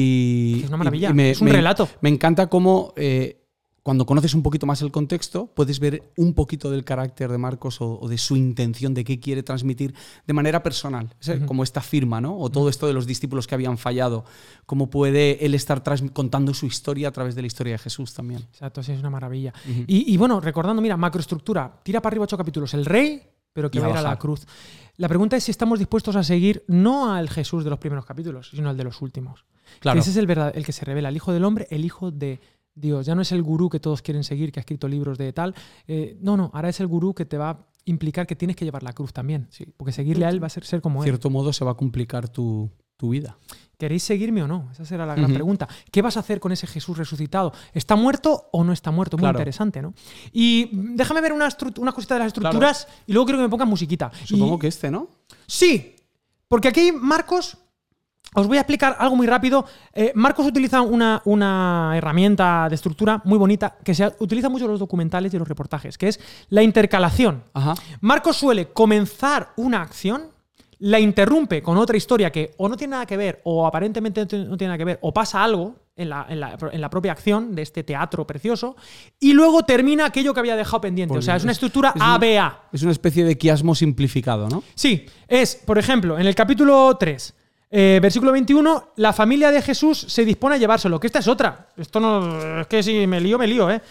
y Es una maravilla. y me- Es un me- relato. Me encanta cómo eh, cuando conoces un poquito más el contexto puedes ver un poquito del carácter de Marcos o, o de su intención, de qué quiere transmitir de manera personal. Es, eh, Ujú. Como esta firma, ¿no? O todo esto de los discípulos que habían fallado. Cómo puede él estar trans- contando su historia a través de la historia de Jesús también. Exacto, sí, es una maravilla. Ujú. y, y bueno, recordando, mira, macroestructura, tira para arriba ocho capítulos. El rey, pero que Y va a a ir a la bajar. cruz. La pregunta es si estamos dispuestos a seguir no al Jesús de los primeros capítulos, sino al de los últimos. Claro. Que ese es el, verdad, el que se revela, el Hijo del Hombre, el Hijo de Dios. Ya no es el gurú que todos quieren seguir, que ha escrito libros de tal. Eh, no, no, ahora es el gurú que te va a implicar que tienes que llevar la cruz también. Sí. Porque seguirle a él va a ser, ser como En él. cierto modo se va a complicar tu, tu vida. ¿Queréis seguirme o no? Esa será la gran Ujú. pregunta. ¿Qué vas a hacer con ese Jesús resucitado? ¿Está muerto o no está muerto? Muy Claro. interesante, ¿no? Y déjame ver una, estru- una cosita de las estructuras y luego quiero que me pongan musiquita. Supongo Y- que este, ¿no? Sí, porque aquí Marcos, os voy a explicar algo muy rápido. Eh, Marcos utiliza una, una herramienta de estructura muy bonita que se utiliza mucho en los documentales y en los reportajes, que es la intercalación. Ajá. Marcos suele comenzar una acción, la interrumpe con otra historia que o no tiene nada que ver, o aparentemente no tiene no tiene nada que ver, o pasa algo en la, en la- en la propia acción de este teatro precioso, y luego termina aquello que había dejado pendiente. Pues o sea, es una es- estructura es un- A B A. Es una especie de quiasmo simplificado, ¿no? Sí, es, por ejemplo, en el capítulo tres, eh, versículo veintiuno, la familia de Jesús se dispone a llevárselo, que esta es otra. Esto no, es que si me lío, me lío, ¿eh?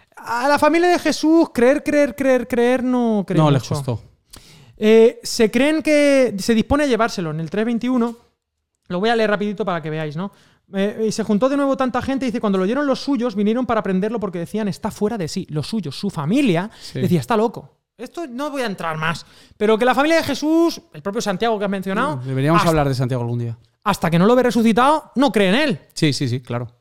A la familia de Jesús, creer, creer, creer, creer, no creo No, les mucho. costó. Eh, se creen que se dispone a llevárselo en el tres veintiuno. Lo voy a leer rapidito para que veáis, ¿no? Eh, y se juntó de nuevo tanta gente, dice, cuando lo oyeron los suyos, vinieron para prenderlo porque decían, está fuera de sí. Los suyos, su familia, Sí. decía, está loco. Esto no voy a entrar más. Pero que la familia de Jesús, el propio Santiago que has mencionado, Deberíamos hasta, hablar de Santiago algún día. hasta que no lo ve resucitado, no cree en él. Sí, sí, sí, claro.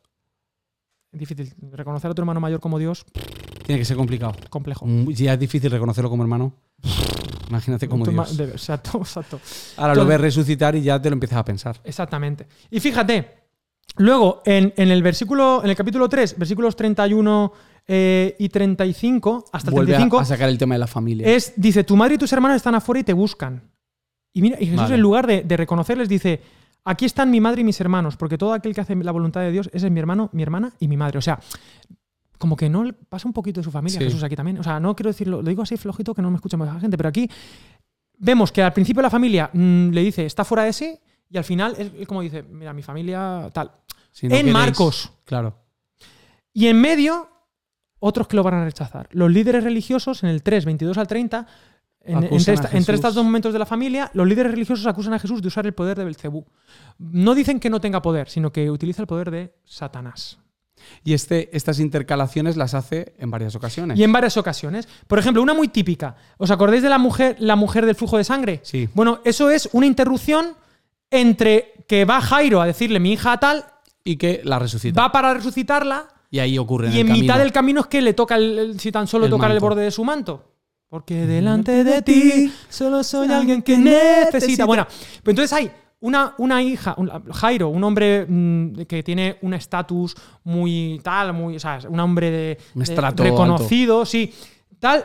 Es difícil. Reconocer a tu hermano mayor como Dios, Tiene que ser complicado. complejo. Mm, Ya es difícil reconocerlo como hermano. Imagínate como Tu ma- Dios. de- exacto, exacto. Ahora lo Entonces- ves resucitar y ya te lo empiezas a pensar. Exactamente. Y fíjate, luego en, en el versículo, en el capítulo tres, versículos treinta y uno eh, y treinta y cinco, hasta el Vuelve treinta y cinco, a, a sacar el tema de la familia. es, dice, tu madre y tus hermanos están afuera y te buscan. Y mira, y Jesús Vale. en lugar de, de reconocerles dice, aquí están mi madre y mis hermanos, porque todo aquel que hace la voluntad de Dios ese es mi hermano, mi hermana y mi madre. O sea, como que no le pasa un poquito de su familia Sí. Jesús aquí también. O sea, no quiero decirlo, lo digo así flojito que no me escucha mucha gente, pero aquí vemos que al principio la familia mm, le dice, está fuera de sí, y al final es, es como dice, mira, mi familia tal. Si no en queréis- Marcos. Claro. Y en medio, otros que lo van a rechazar. Los líderes religiosos, en el tres, veintidós al treinta, en- Acusan entre, a esta- entre Jesús. estos dos momentos de la familia, los líderes religiosos acusan a Jesús de usar el poder de Belcebú. No dicen que no tenga poder, sino que utiliza el poder de Satanás. Y este, estas intercalaciones las hace en varias ocasiones. Y en varias ocasiones. Por ejemplo, una muy típica. ¿Os acordáis de la mujer, la mujer del flujo de sangre? Sí. Bueno, eso es una interrupción entre que va Jairo a decirle mi hija tal, Y que la resucita. va para resucitarla, Y ahí ocurre en y el en mitad camino. del camino es que le toca el, el- si tan solo El tocar el manto. borde de su manto. Porque delante de ti solo soy alguien que necesita. Bueno, pues entonces hay una, una hija, un- Jairo, un hombre mm, que tiene un estatus muy tal, muy, o sea, un hombre de, Un de- estrato reconocido, sí, tal.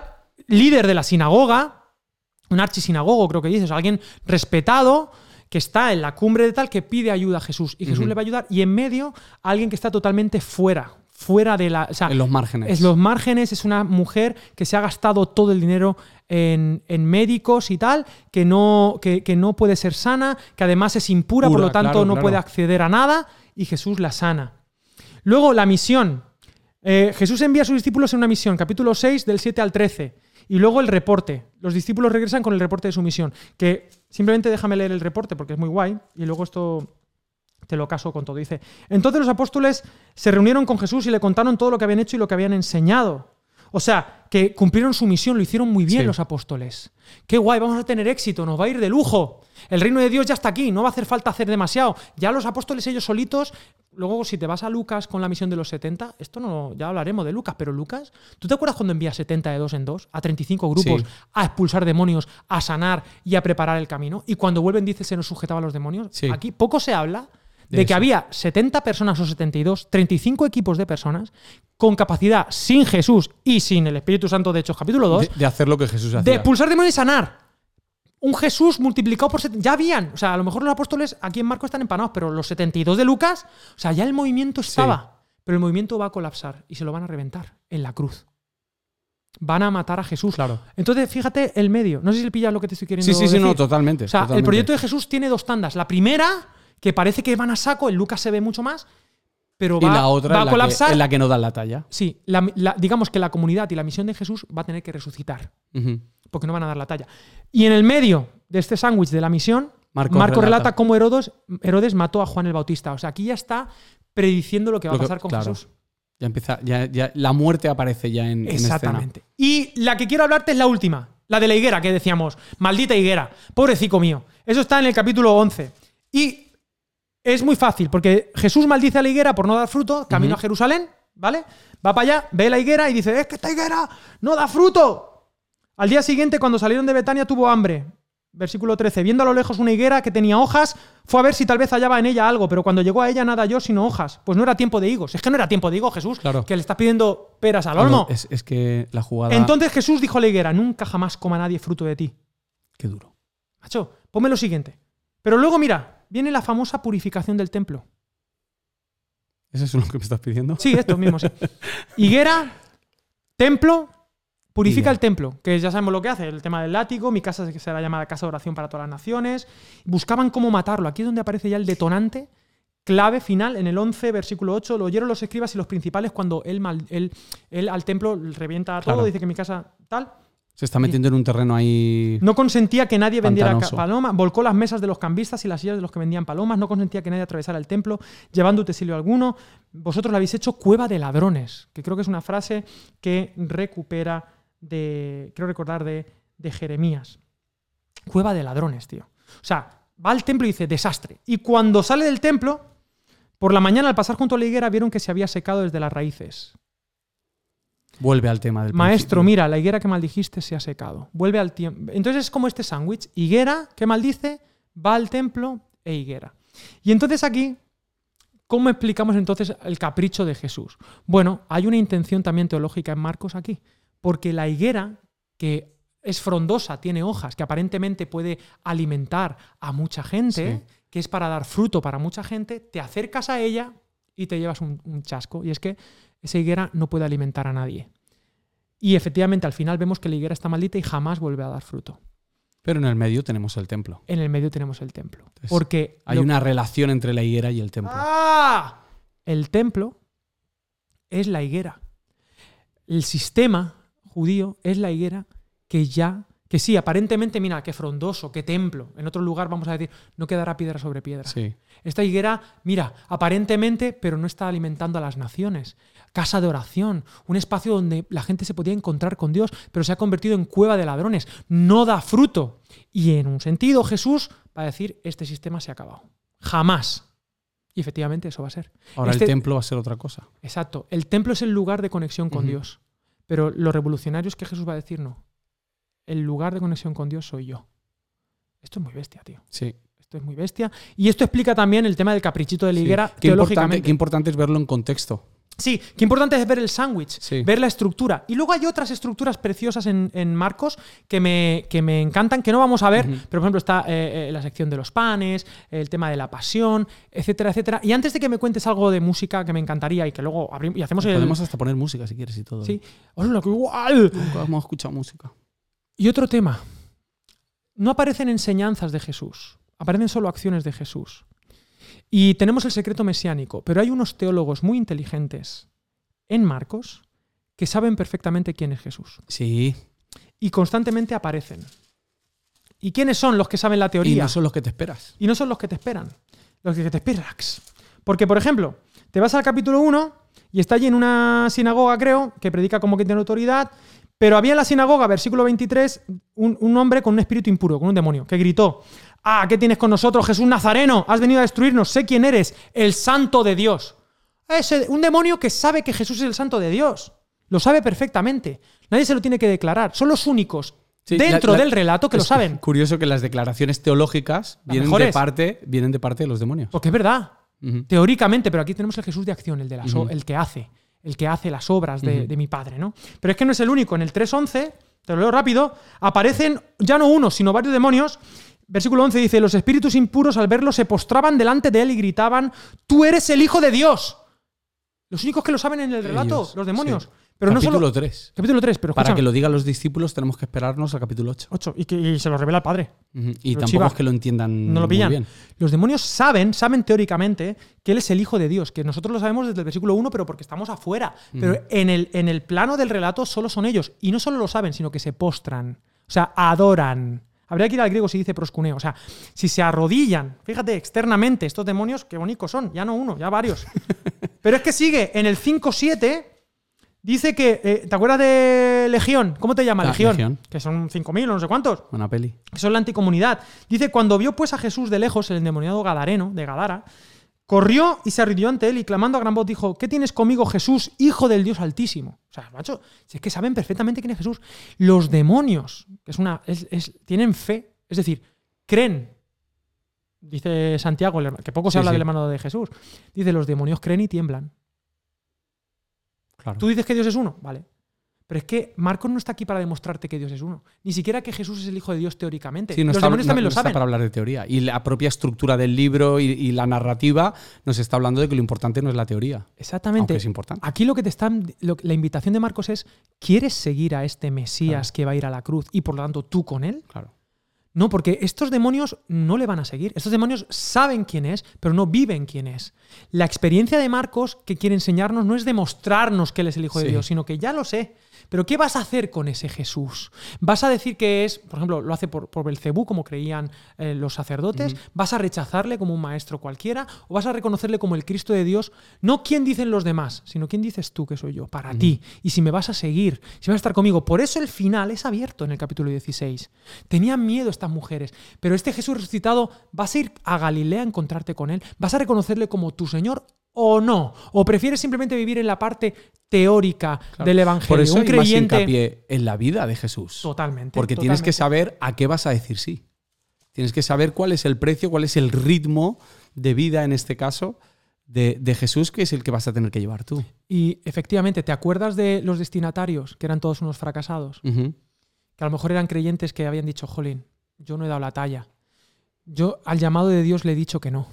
líder de la sinagoga, un archisinagogo creo que dices, alguien respetado que está en la cumbre de tal, que pide ayuda a Jesús y Jesús uh-huh. le va a ayudar, y en medio alguien que está totalmente fuera, fuera de la... O sea, en los márgenes. Es los márgenes, es una mujer que se ha gastado todo el dinero en, en médicos y tal, que no, que, que no puede ser sana, que además es impura, Pura, por lo tanto claro, no claro. puede acceder a nada, y Jesús la sana. Luego, la misión. Eh, Jesús envía a sus discípulos en una misión, capítulo seis, del siete al trece. Y luego el reporte. Los discípulos regresan con el reporte de su misión. Que simplemente déjame leer el reporte porque es muy guay. Y luego esto te lo caso con todo. Dice: entonces los apóstoles se reunieron con Jesús y le contaron todo lo que habían hecho y lo que habían enseñado. O sea, que cumplieron su misión, lo hicieron muy bien sí. los apóstoles. ¡Qué guay! Vamos a tener éxito, nos va a ir de lujo. El reino de Dios ya está aquí, no va a hacer falta hacer demasiado. Ya los apóstoles ellos solitos... Luego, si te vas a Lucas con la misión de los setenta, esto no, ya hablaremos de Lucas, pero Lucas, ¿tú te acuerdas cuando envía setenta de dos en dos a treinta y cinco grupos sí. a expulsar demonios, a sanar y a preparar el camino? Y cuando vuelven dice se nos sujetaba a los demonios. Sí. Aquí poco se habla de, de que había setenta personas o setenta y dos, treinta y cinco equipos de personas con capacidad sin Jesús y sin el Espíritu Santo de Hechos capítulo dos. De, de hacer lo que Jesús hacía. De expulsar demonios y sanar. Un Jesús multiplicado por setenta. Ya habían. O sea, a lo mejor los apóstoles aquí en Marcos están empanados, pero los setenta y dos de Lucas, o sea, ya el movimiento estaba. Sí. Pero el movimiento va a colapsar y se lo van a reventar en la cruz. Van a matar a Jesús. Claro. Entonces, fíjate el medio. No sé si pillas lo que te estoy queriendo decir. Sí, sí, decir. sí, no, totalmente. O sea, totalmente. El proyecto de Jesús tiene dos tandas. La primera, que parece que van a saco, en Lucas se ve mucho más, pero va, y la otra va a la colapsar. Que, en la que no dan la talla. Sí, la, la, digamos que la comunidad y la misión de Jesús va a tener que resucitar. Uh-huh. Porque no van a dar la talla. Y en el medio de este sándwich de la misión, Marcos, Marcos relata. relata cómo Herodes, Herodes mató a Juan el Bautista. O sea, aquí ya está prediciendo lo que va lo que, a pasar con claro. Jesús. Ya empieza, ya, ya, la muerte aparece ya en, Exactamente. en escena. Y la que quiero hablarte es la última, la de la higuera que decíamos. Maldita higuera, pobrecico mío. Eso está en el capítulo once. Y es muy fácil, porque Jesús maldice a la higuera por no dar fruto, camino uh-huh. a Jerusalén, ¿vale? Va para allá, ve la higuera y dice, es que esta higuera no da fruto. Al día siguiente, cuando salieron de Betania, tuvo hambre. Versículo trece. Viendo a lo lejos una higuera que tenía hojas, fue a ver si tal vez hallaba en ella algo, pero cuando llegó a ella nada halló sino hojas. Pues no era tiempo de higos. Es que no era tiempo de higos, Jesús, claro. que le estás pidiendo peras al olmo. No, es, es que la jugada... Entonces Jesús dijo a la higuera, nunca jamás coma nadie fruto de ti. Qué duro. Macho, ponme lo siguiente. Pero luego, mira, viene la famosa purificación del templo. ¿Eso es lo que me estás pidiendo? Sí, esto mismo, sí. Higuera, templo... Purifica el templo, que ya sabemos lo que hace, el tema del látigo, mi casa será llamada casa de oración para todas las naciones. Buscaban cómo matarlo. Aquí es donde aparece ya el detonante, clave final, en el once, versículo ocho. Lo oyeron los escribas y los principales cuando él, mal, él, él al templo revienta todo, claro. dice que mi casa tal. Se está metiendo en un terreno ahí... No consentía que nadie vendiera palomas, volcó las mesas de los cambistas y las sillas de los que vendían palomas, no consentía que nadie atravesara el templo llevando utensilio alguno. Vosotros lo habéis hecho cueva de ladrones, que creo que es una frase que recupera... de, creo recordar, de, de Jeremías. Cueva de ladrones, tío. O sea, va al templo y dice, desastre. Y cuando sale del templo, por la mañana al pasar junto a la higuera vieron que se había secado desde las raíces. Vuelve al tema del Maestro, principio. Mira, la higuera que maldijiste se ha secado. Vuelve al tiempo. Entonces es como este sándwich. Higuera que maldice, va al templo e higuera. Y entonces aquí, ¿cómo explicamos entonces el capricho de Jesús? Bueno, hay una intención también teológica en Marcos aquí. Porque la higuera, que es frondosa, tiene hojas, que aparentemente puede alimentar a mucha gente, sí. que es para dar fruto para mucha gente, te acercas a ella y te llevas un, un chasco. Y es que esa higuera no puede alimentar a nadie. Y efectivamente al final vemos que la higuera está maldita y jamás vuelve a dar fruto. Pero en el medio tenemos el templo. En el medio tenemos el templo. Entonces, porque hay lo... una relación entre la higuera y el templo. ¡Ah! El templo es la higuera. El sistema judío es la higuera que ya, que sí, aparentemente, mira, qué frondoso, qué templo. En otro lugar vamos a decir, no quedará piedra sobre piedra. Sí. Esta higuera, mira, aparentemente, pero no está alimentando a las naciones. Casa de oración, un espacio donde la gente se podía encontrar con Dios, pero se ha convertido en cueva de ladrones. No da fruto. Y en un sentido, Jesús va a decir, este sistema se ha acabado. Jamás. Y efectivamente eso va a ser. Ahora este, el templo va a ser otra cosa. Exacto. El templo es el lugar de conexión con uh-huh. Dios. Pero lo revolucionario es que Jesús va a decir, no, el lugar de conexión con Dios soy yo. Esto es muy bestia, tío. Sí. Esto es muy bestia. Y esto explica también el tema del caprichito de la higuera sí. Qué teológicamente. Importante, qué importante es verlo en contexto. Sí, qué importante es ver el sándwich, Sí. ver la estructura. Y luego hay otras estructuras preciosas en, en Marcos que me, que me encantan, que no vamos a ver, uh-huh. pero por ejemplo está eh, eh, la sección de los panes, el tema de la pasión, etcétera, etcétera. Y antes de que me cuentes algo de música que me encantaría y que luego abrimos y hacemos el... Podemos hasta poner música si quieres y todo. Sí. ¡Hola, qué igual! Nunca hemos escuchado música. Y otro tema. No aparecen enseñanzas de Jesús, aparecen solo acciones de Jesús. Y tenemos el secreto mesiánico, pero hay unos teólogos muy inteligentes en Marcos que saben perfectamente quién es Jesús. Sí. Y constantemente aparecen. ¿Y quiénes son los que saben la teoría? Y no son los que te esperas. Y no son los que te esperan, los que te esperas. Porque, por ejemplo, te vas al capítulo uno y está allí en una sinagoga, creo, que predica como que tiene autoridad, pero había en la sinagoga, versículo veintitrés, un, un hombre con un espíritu impuro, con un demonio, que gritó: ¡Ah, qué tienes con nosotros, Jesús Nazareno! Has venido a destruirnos, sé quién eres, el santo de Dios. Es un demonio que sabe que Jesús es el santo de Dios. Lo sabe perfectamente. Nadie se lo tiene que declarar. Son los únicos sí, dentro la, la, del relato que lo saben. Curioso que las declaraciones teológicas vienen de, parte, vienen de parte de los demonios. Porque es verdad. Uh-huh. Teóricamente, pero aquí tenemos el Jesús de acción, el, de las, uh-huh. el que hace. El que hace las obras de, uh-huh. de mi Padre, ¿no? Pero es que no es el único. En el tres once, te lo leo rápido, aparecen ya no uno, sino varios demonios. Versículo once dice: los espíritus impuros al verlo se postraban delante de él y gritaban: ¡Tú eres el Hijo de Dios! Los únicos que lo saben en el relato, Ellos, los demonios. Sí. Pero capítulo no solo, tres. Capítulo tres, pero para que lo digan los discípulos tenemos que esperarnos al capítulo ocho. ocho y, que, y se lo revela el Padre. Uh-huh. Y tampoco chiva. Es que lo entiendan no lo pillan. Muy bien. Los demonios saben, saben teóricamente que él es el Hijo de Dios, que nosotros lo sabemos desde el versículo uno, pero porque estamos afuera. Uh-huh. Pero en el, en el plano del relato solo son ellos. Y no solo lo saben, sino que se postran. O sea, adoran. Habría que ir al griego si dice proscuneo. O sea, si se arrodillan, fíjate, externamente, estos demonios, qué bonitos son. Ya no uno, ya varios. Pero es que sigue, en el cinco siete, dice que... Eh, ¿te acuerdas de Legión? ¿Cómo te llama? Ah, Legión. Legión. Que son cinco mil o no sé cuántos. Buena peli. Que son la anticomunidad. Dice: cuando vio pues a Jesús de lejos, el endemoniado gadareno, de Gadara, corrió y se arrodilló ante él y clamando a gran voz dijo: ¿qué tienes conmigo, Jesús, Hijo del Dios Altísimo? O sea, macho, si es que saben perfectamente quién es Jesús. Los demonios, que es una, es, es, tienen fe, es decir, creen. Dice Santiago, que poco se sí, habla sí. del hermano de Jesús. Dice: los demonios creen y tiemblan. Claro. Tú dices que Dios es uno, vale. Pero es que Marcos no está aquí para demostrarte que Dios es uno. Ni siquiera que Jesús es el Hijo de Dios teóricamente. Sí, no los está, demonios no, también no lo saben. Está para hablar de teoría. Y la propia estructura del libro y, y la narrativa nos está hablando de que lo importante no es la teoría. Exactamente. Aunque es importante. Aquí lo que te están, lo, la invitación de Marcos es: ¿quieres seguir a este Mesías claro. que va a ir a la cruz y por lo tanto tú con él? Claro. No, porque estos demonios no le van a seguir. Estos demonios saben quién es, pero no viven quién es. La experiencia de Marcos que quiere enseñarnos no es demostrarnos que él es el Hijo sí. de Dios, sino que ya lo sé. Pero ¿qué vas a hacer con ese Jesús? ¿Vas a decir que es, por ejemplo, lo hace por, por Belcebú, como creían eh, los sacerdotes? Uh-huh. ¿Vas a rechazarle como un maestro cualquiera? ¿O vas a reconocerle como el Cristo de Dios? No quién dicen los demás, sino quién dices tú que soy yo, para uh-huh. ti. Y si me vas a seguir, si vas a estar conmigo. Por eso el final es abierto en el capítulo dieciséis. Tenían miedo estas mujeres, pero este Jesús resucitado, ¿vas a ir a Galilea a encontrarte con él? ¿Vas a reconocerle como tu Señor o no? ¿O prefieres simplemente vivir en la parte teórica claro. del Evangelio? Por eso un hay creyente... más hincapié en la vida de Jesús. Totalmente. Porque totalmente. tienes que saber a qué vas a decir sí. Tienes que saber cuál es el precio, cuál es el ritmo de vida, en este caso, de, de Jesús, que es el que vas a tener que llevar tú. Y efectivamente, ¿te acuerdas de los destinatarios, que eran todos unos fracasados? Uh-huh. Que a lo mejor eran creyentes que habían dicho: jolín, yo no he dado la talla. Yo al llamado de Dios le he dicho que no.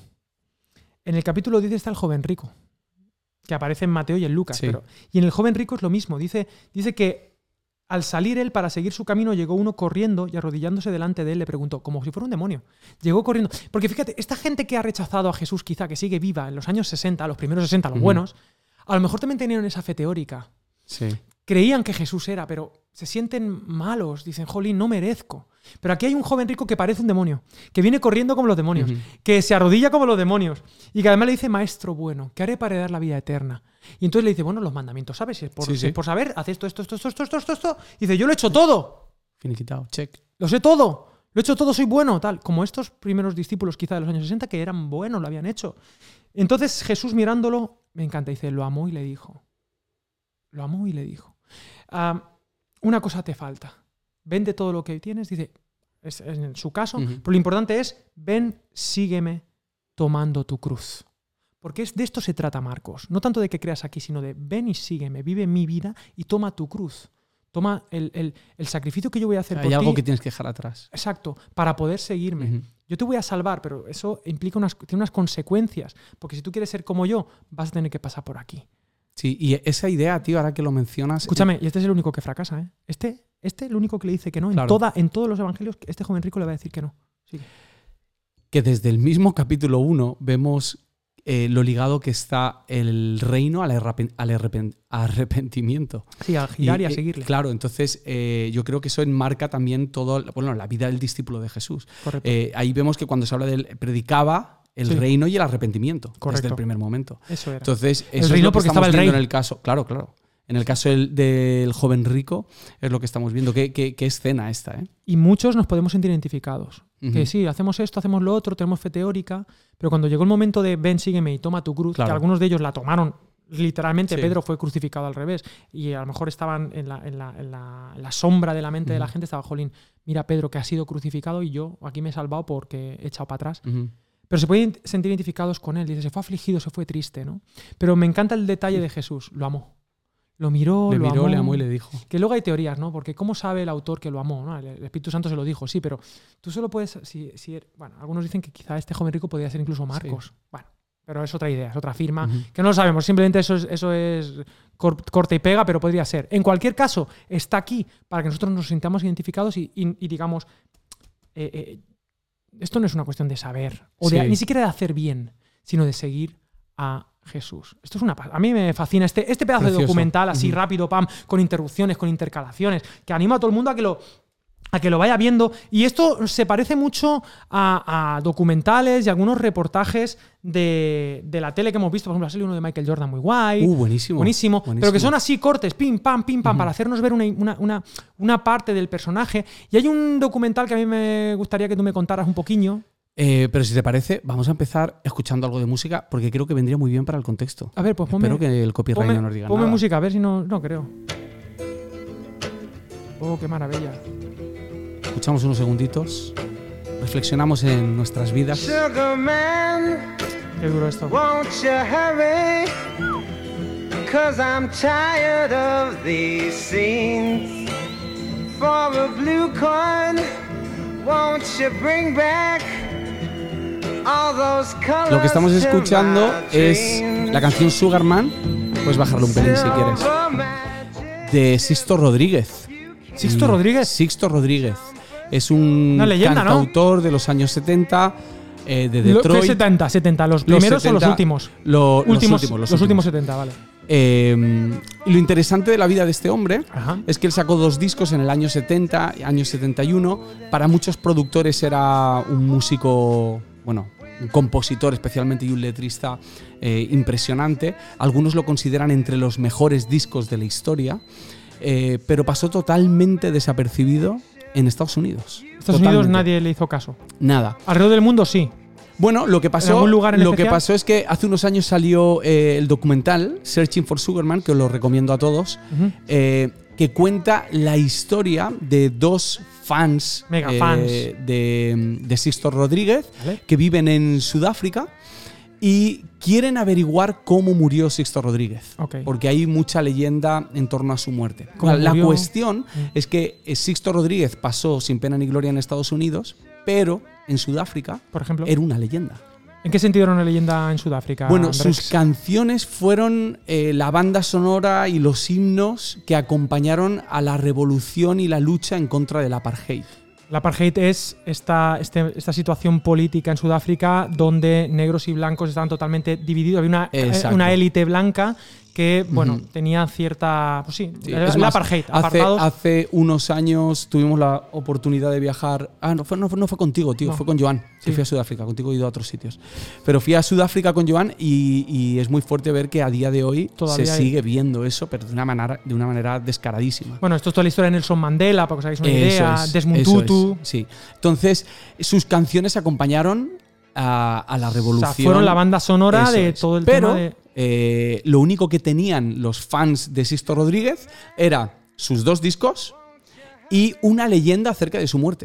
En el capítulo diez está el joven rico, que aparece en Mateo y en Lucas. Sí. Pero, y en el joven rico es lo mismo. Dice, dice que al salir él para seguir su camino, llegó uno corriendo y arrodillándose delante de él le preguntó, como si fuera un demonio. Llegó corriendo. Porque fíjate, esta gente que ha rechazado a Jesús, quizá que sigue viva en los años sesenta, los primeros sesenta, los uh-huh. buenos, a lo mejor también tenían esa fe teórica. Sí. Creían que Jesús era, pero se sienten malos. Dicen: jolín, no merezco. Pero aquí hay un joven rico que parece un demonio, que viene corriendo como los demonios, uh-huh. que se arrodilla como los demonios y que además le dice: maestro bueno, ¿qué haré para heredar la vida eterna? Y entonces le dice: bueno, los mandamientos, ¿sabes? Si es por, sí, si sí. es por saber, haz esto, esto, esto, esto, esto, esto, esto, esto. Y dice: yo lo he hecho todo. Finiquitado, check. Lo sé todo. Lo he hecho todo, soy bueno, tal. Como estos primeros discípulos quizá de los años sesenta que eran buenos, lo habían hecho. Entonces Jesús, mirándolo, me encanta, dice: lo amó y le dijo. Lo amó y le dijo. Uh, una cosa te falta. Vende todo lo que tienes, dice, es, en su caso, uh-huh. pero lo importante es: ven, sígueme tomando tu cruz. Porque es de esto se trata Marcos. No tanto de que creas aquí, sino de ven y sígueme, vive mi vida y toma tu cruz. Toma el, el, el sacrificio que yo voy a hacer Hay por ti. Hay algo que tienes que dejar atrás. Exacto, para poder seguirme. Uh-huh. Yo te voy a salvar, pero eso implica unas, tiene unas consecuencias. Porque si tú quieres ser como yo, vas a tener que pasar por aquí. Sí, y esa idea, tío, ahora que lo mencionas... Escúchame, y este es el único que fracasa, ¿eh? Este, este el único que le dice que no. Claro. En, toda, en todos los evangelios, este joven rico le va a decir que no. Sí. Que desde el mismo capítulo uno vemos eh, lo ligado que está el reino al, arrepent- al arrepent- arrepentimiento. Sí, a girar y, y a eh, seguirle. Claro, entonces eh, yo creo que eso enmarca también todo, bueno, la vida del discípulo de Jesús. Correcto. Eh, ahí vemos que cuando se habla del... predicaba el sí. reino y el arrepentimiento. Correcto. Desde el primer momento. Eso era. Entonces, eso el reino es lo que porque estamos estaba el viendo rey. en el caso. Claro, claro. En el caso del, del joven rico es lo que estamos viendo. ¿Qué, qué, qué escena esta? ¿eh? Y muchos nos podemos sentir identificados. Uh-huh. Que sí, hacemos esto, hacemos lo otro, tenemos fe teórica, pero cuando llegó el momento de ven, sígueme y toma tu cruz, claro. que algunos de ellos la tomaron literalmente, sí. Pedro fue crucificado al revés y a lo mejor estaban en la, en la, en la, en la sombra de la mente uh-huh. de la gente, estaba, jolín, mira Pedro que ha sido crucificado y yo aquí me he salvado porque he echado para atrás. Uh-huh. Pero se pueden sentir identificados con él. Dice, se fue afligido, se fue triste, ¿no? Pero me encanta el detalle de Jesús. Lo amó. Lo miró, le lo miró, amó. le amó y le dijo. Que luego hay teorías, ¿no? Porque ¿cómo sabe el autor que lo amó? ¿no? El Espíritu Santo se lo dijo, sí, pero tú solo puedes... Si, si, bueno, algunos dicen que quizá este joven rico podría ser incluso Marcos. Sí. Bueno, pero es otra idea, es otra firma, uh-huh. que no lo sabemos. Simplemente eso es, eso es corte y pega, pero podría ser. En cualquier caso, está aquí para que nosotros nos sintamos identificados y, y, y digamos... Eh, eh, esto no es una cuestión de saber, o de, sí. ni siquiera de hacer bien, sino de seguir a Jesús. Esto es una A mí me fascina este, este pedazo Precioso. de documental así uh-huh. rápido, pam, con interrupciones, con intercalaciones, que anima a todo el mundo a que lo, a que lo vaya viendo. Y esto se parece mucho a, a documentales y algunos reportajes de, de la tele que hemos visto. Por ejemplo, ha salido uno de Michael Jordan muy guay. Uh, buenísimo. Buenísimo. buenísimo. Pero que son así cortes, pim, pam, pim, pam, uh-huh. para hacernos ver una, una, una, una parte del personaje. Y hay un documental que a mí me gustaría que tú me contaras un poquillo. Eh, pero si te parece, vamos a empezar escuchando algo de música porque creo que vendría muy bien para el contexto. A ver, pues ponme... Espero que el copyright ponme, no nos diga ponme nada. música, a ver si no... No creo. Oh, qué maravilla. Escuchamos unos segunditos. Reflexionamos en nuestras vidas. Sugarman, qué duro esto. Won't you hurry? 'Cause I'm tired of these scenes. For a blue coin, won't you bring back all those colors? Lo que estamos escuchando es la canción Sugarman. Puedes bajarlo un pelín si quieres. De Sixto Rodríguez. ¿Sixto Rodríguez? Sixto Rodríguez. Es un Una leyenda, cantautor, ¿no? De los años setenta, eh, de Detroit. ¿Qué setenta? setenta, ¿los primeros los setenta, o los últimos? Lo, últimos, los últimos. Los, los últimos. últimos setenta, vale. Eh, y lo interesante de la vida de este hombre Ajá. es que él sacó dos discos en el año setenta, año setenta y uno. Para muchos productores era un músico, bueno, un compositor especialmente y un letrista eh, impresionante. Algunos lo consideran entre los mejores discos de la historia, eh, pero pasó totalmente desapercibido en Estados Unidos. En Estados Unidos nadie le hizo caso. Nada. Alrededor del mundo sí. Bueno, lo que pasó, ¿En algún lugar en lo especial? que pasó es que hace unos años salió eh, el documental Searching for Sugarman, que os lo recomiendo a todos, uh-huh. eh, que cuenta la historia de dos fans, Mega eh, fans. de, de Sixto Rodríguez, ¿Vale? que viven en Sudáfrica y quieren averiguar cómo murió Sixto Rodríguez, okay. porque hay mucha leyenda en torno a su muerte. La, la cuestión mm. es que Sixto Rodríguez pasó sin pena ni gloria en Estados Unidos, pero en Sudáfrica, por ejemplo, era una leyenda. ¿En qué sentido era una leyenda en Sudáfrica? Bueno, Andrés? sus canciones fueron eh, la banda sonora y los himnos que acompañaron a la revolución y la lucha en contra del apartheid. El apartheid es esta, este, esta situación política en Sudáfrica donde negros y blancos estaban totalmente divididos. Había una, eh, una élite blanca que, bueno, uh-huh. tenía cierta... Pues sí, sí el, es el más, apartheid. Hace, hace unos años tuvimos la oportunidad de viajar... Ah, no fue, no, no fue contigo, tío, no. fue con Joan. Sí. Que fui a Sudáfrica, contigo he ido a otros sitios. Pero fui a Sudáfrica con Joan y, y es muy fuerte ver que a día de hoy todavía se hay... sigue viendo eso, pero de una manera, de una manera descaradísima. Bueno, esto es toda la historia de Nelson Mandela, para que os hagáis una idea, es, Desmond Tutu... Es, sí. Entonces, sus canciones acompañaron a, a la revolución. O sea, fueron la banda sonora eso de es. todo el pero, tema de... Eh, lo único que tenían los fans de Sixto Rodríguez era sus dos discos y una leyenda acerca de su muerte.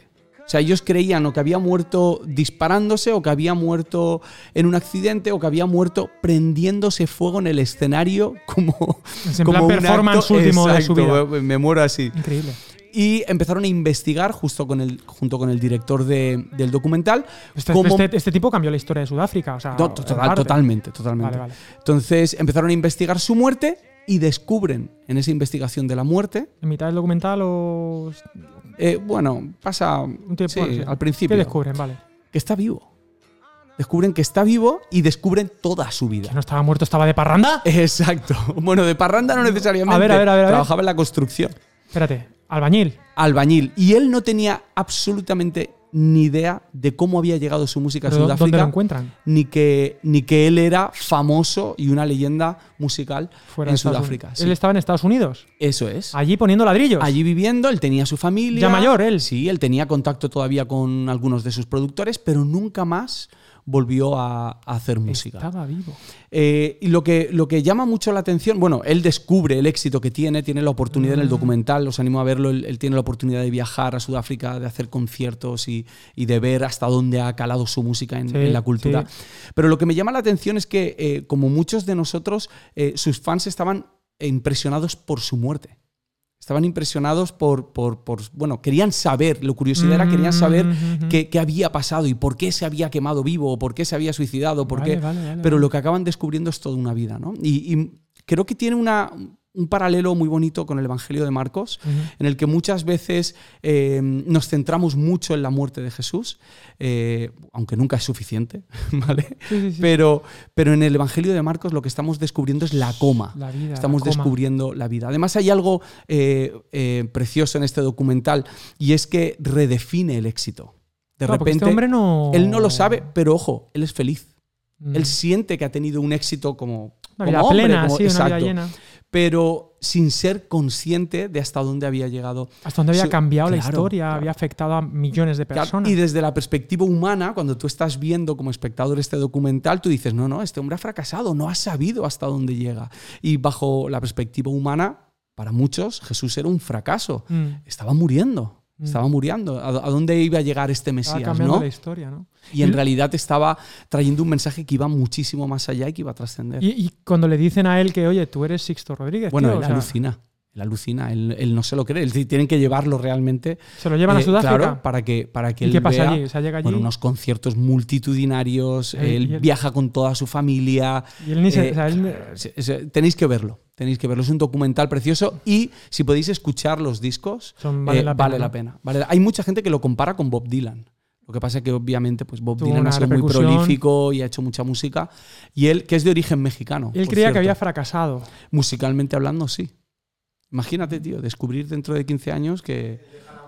O sea, ellos creían o que había muerto disparándose, o que había muerto en un accidente, o que había muerto prendiéndose fuego en el escenario como, Es en como plan un performance acto. último de su Exacto, vida. me muero así. Increíble. Y empezaron a investigar justo con el, junto con el director de, del documental. Este, cómo, este, este tipo cambió la historia de Sudáfrica. O sea, No, total- en parte. totalmente, totalmente. Vale, vale. Entonces empezaron a investigar su muerte y descubren en esa investigación de la muerte, ¿En mitad del documental o...? eh, bueno, pasa Un tiempo, sí, bueno, sí. al principio, ¿Qué descubren? Vale. que está vivo. Descubren que está vivo y descubren toda su vida. ¿Que no estaba muerto, estaba de parranda? Exacto. Bueno, de parranda no necesariamente. A ver, a ver, a ver, a ver. Trabajaba en la construcción. Espérate, albañil. Albañil. Y él no tenía absolutamente ni idea de cómo había llegado su música a Pero ¿dónde Sudáfrica. lo encuentran? Ni que, ni que él era famoso y una leyenda musical Fuera en de Estados Sudáfrica. Unidos. Sí. Él estaba en Estados Unidos, Eso es. allí poniendo ladrillos. Allí viviendo, él tenía su familia. Ya mayor, él. Sí, él tenía contacto todavía con algunos de sus productores, pero nunca más volvió a, a hacer música. Estaba vivo. Eh, y lo que, lo que llama mucho la atención, bueno, él descubre el éxito que tiene, tiene la oportunidad en el documental, os animo a verlo, él, él tiene la oportunidad de viajar a Sudáfrica, de hacer conciertos y, y de ver hasta dónde ha calado su música en, Sí, en la cultura. sí. Pero lo que me llama la atención es que, eh, como muchos de nosotros, eh, sus fans estaban impresionados por su muerte. Estaban impresionados por, por, por, bueno, querían saber, lo curiosidad era, querían saber Mm-hmm. qué, qué había pasado y por qué se había quemado vivo, o por qué se había suicidado, por Vale, qué. vale, vale, Pero vale. lo que acaban descubriendo es toda una vida, ¿no? Y, y creo que tiene una, un paralelo muy bonito con el Evangelio de Marcos, Ujú. en el que muchas veces eh, nos centramos mucho en la muerte de Jesús, eh, aunque nunca es suficiente, ¿vale? Sí, sí, sí. Pero, pero en el Evangelio de Marcos lo que estamos descubriendo es la coma. La vida, Estamos la coma. descubriendo la vida. Además hay algo eh, eh, precioso en este documental, y es que redefine el éxito. De Claro, porque repente, este hombre no... él no lo sabe, pero ojo, él es feliz. Mm. Él siente que ha tenido un éxito como, Una como vida hombre, plena, como- sí, una vida exacto, llena. pero sin ser consciente de hasta dónde había llegado. Hasta dónde había su- cambiado la Claro, historia, claro. había afectado a millones de Claro, personas. y desde la perspectiva humana, cuando tú estás viendo como espectador este documental, tú dices, no, no, este hombre ha fracasado, no ha sabido hasta dónde llega. Y bajo la perspectiva humana, para muchos, Jesús era un fracaso. Mm. Estaba muriendo, Mm. estaba muriendo. ¿A, a dónde iba a llegar este Estaba Mesías, cambiando no? la historia, ¿no? Y en realidad estaba trayendo un mensaje que iba muchísimo más allá y que iba a trascender. Y, y cuando le dicen a él que, oye, tú eres Sixto Rodríguez, Bueno, tío, él o sea, alucina. Él alucina, él, él no se lo cree. Él, tienen que llevarlo realmente. se lo llevan eh, a Sudáfrica. Claro, para que, para que ¿Y él qué pasa vea, allí? O sea, llega allí bueno, unos conciertos multitudinarios. Eh, él y él- viaja con toda su familia. y él ni se... eh, o sea, él- se- se- tenéis que verlo. Tenéis que verlo. Es un documental precioso. Y si podéis escuchar los discos, Son- vale eh, la pena, vale ¿no? la pena. Vale la- hay mucha gente que lo compara con Bob Dylan. Lo que pasa es que obviamente pues Bob Tuvo Dylan una ha sido muy repercusión. prolífico y ha hecho mucha música. Y él, que es de origen mexicano. él por creía que cierto. había fracasado. Musicalmente hablando, sí. Imagínate, tío, descubrir dentro de quince años que...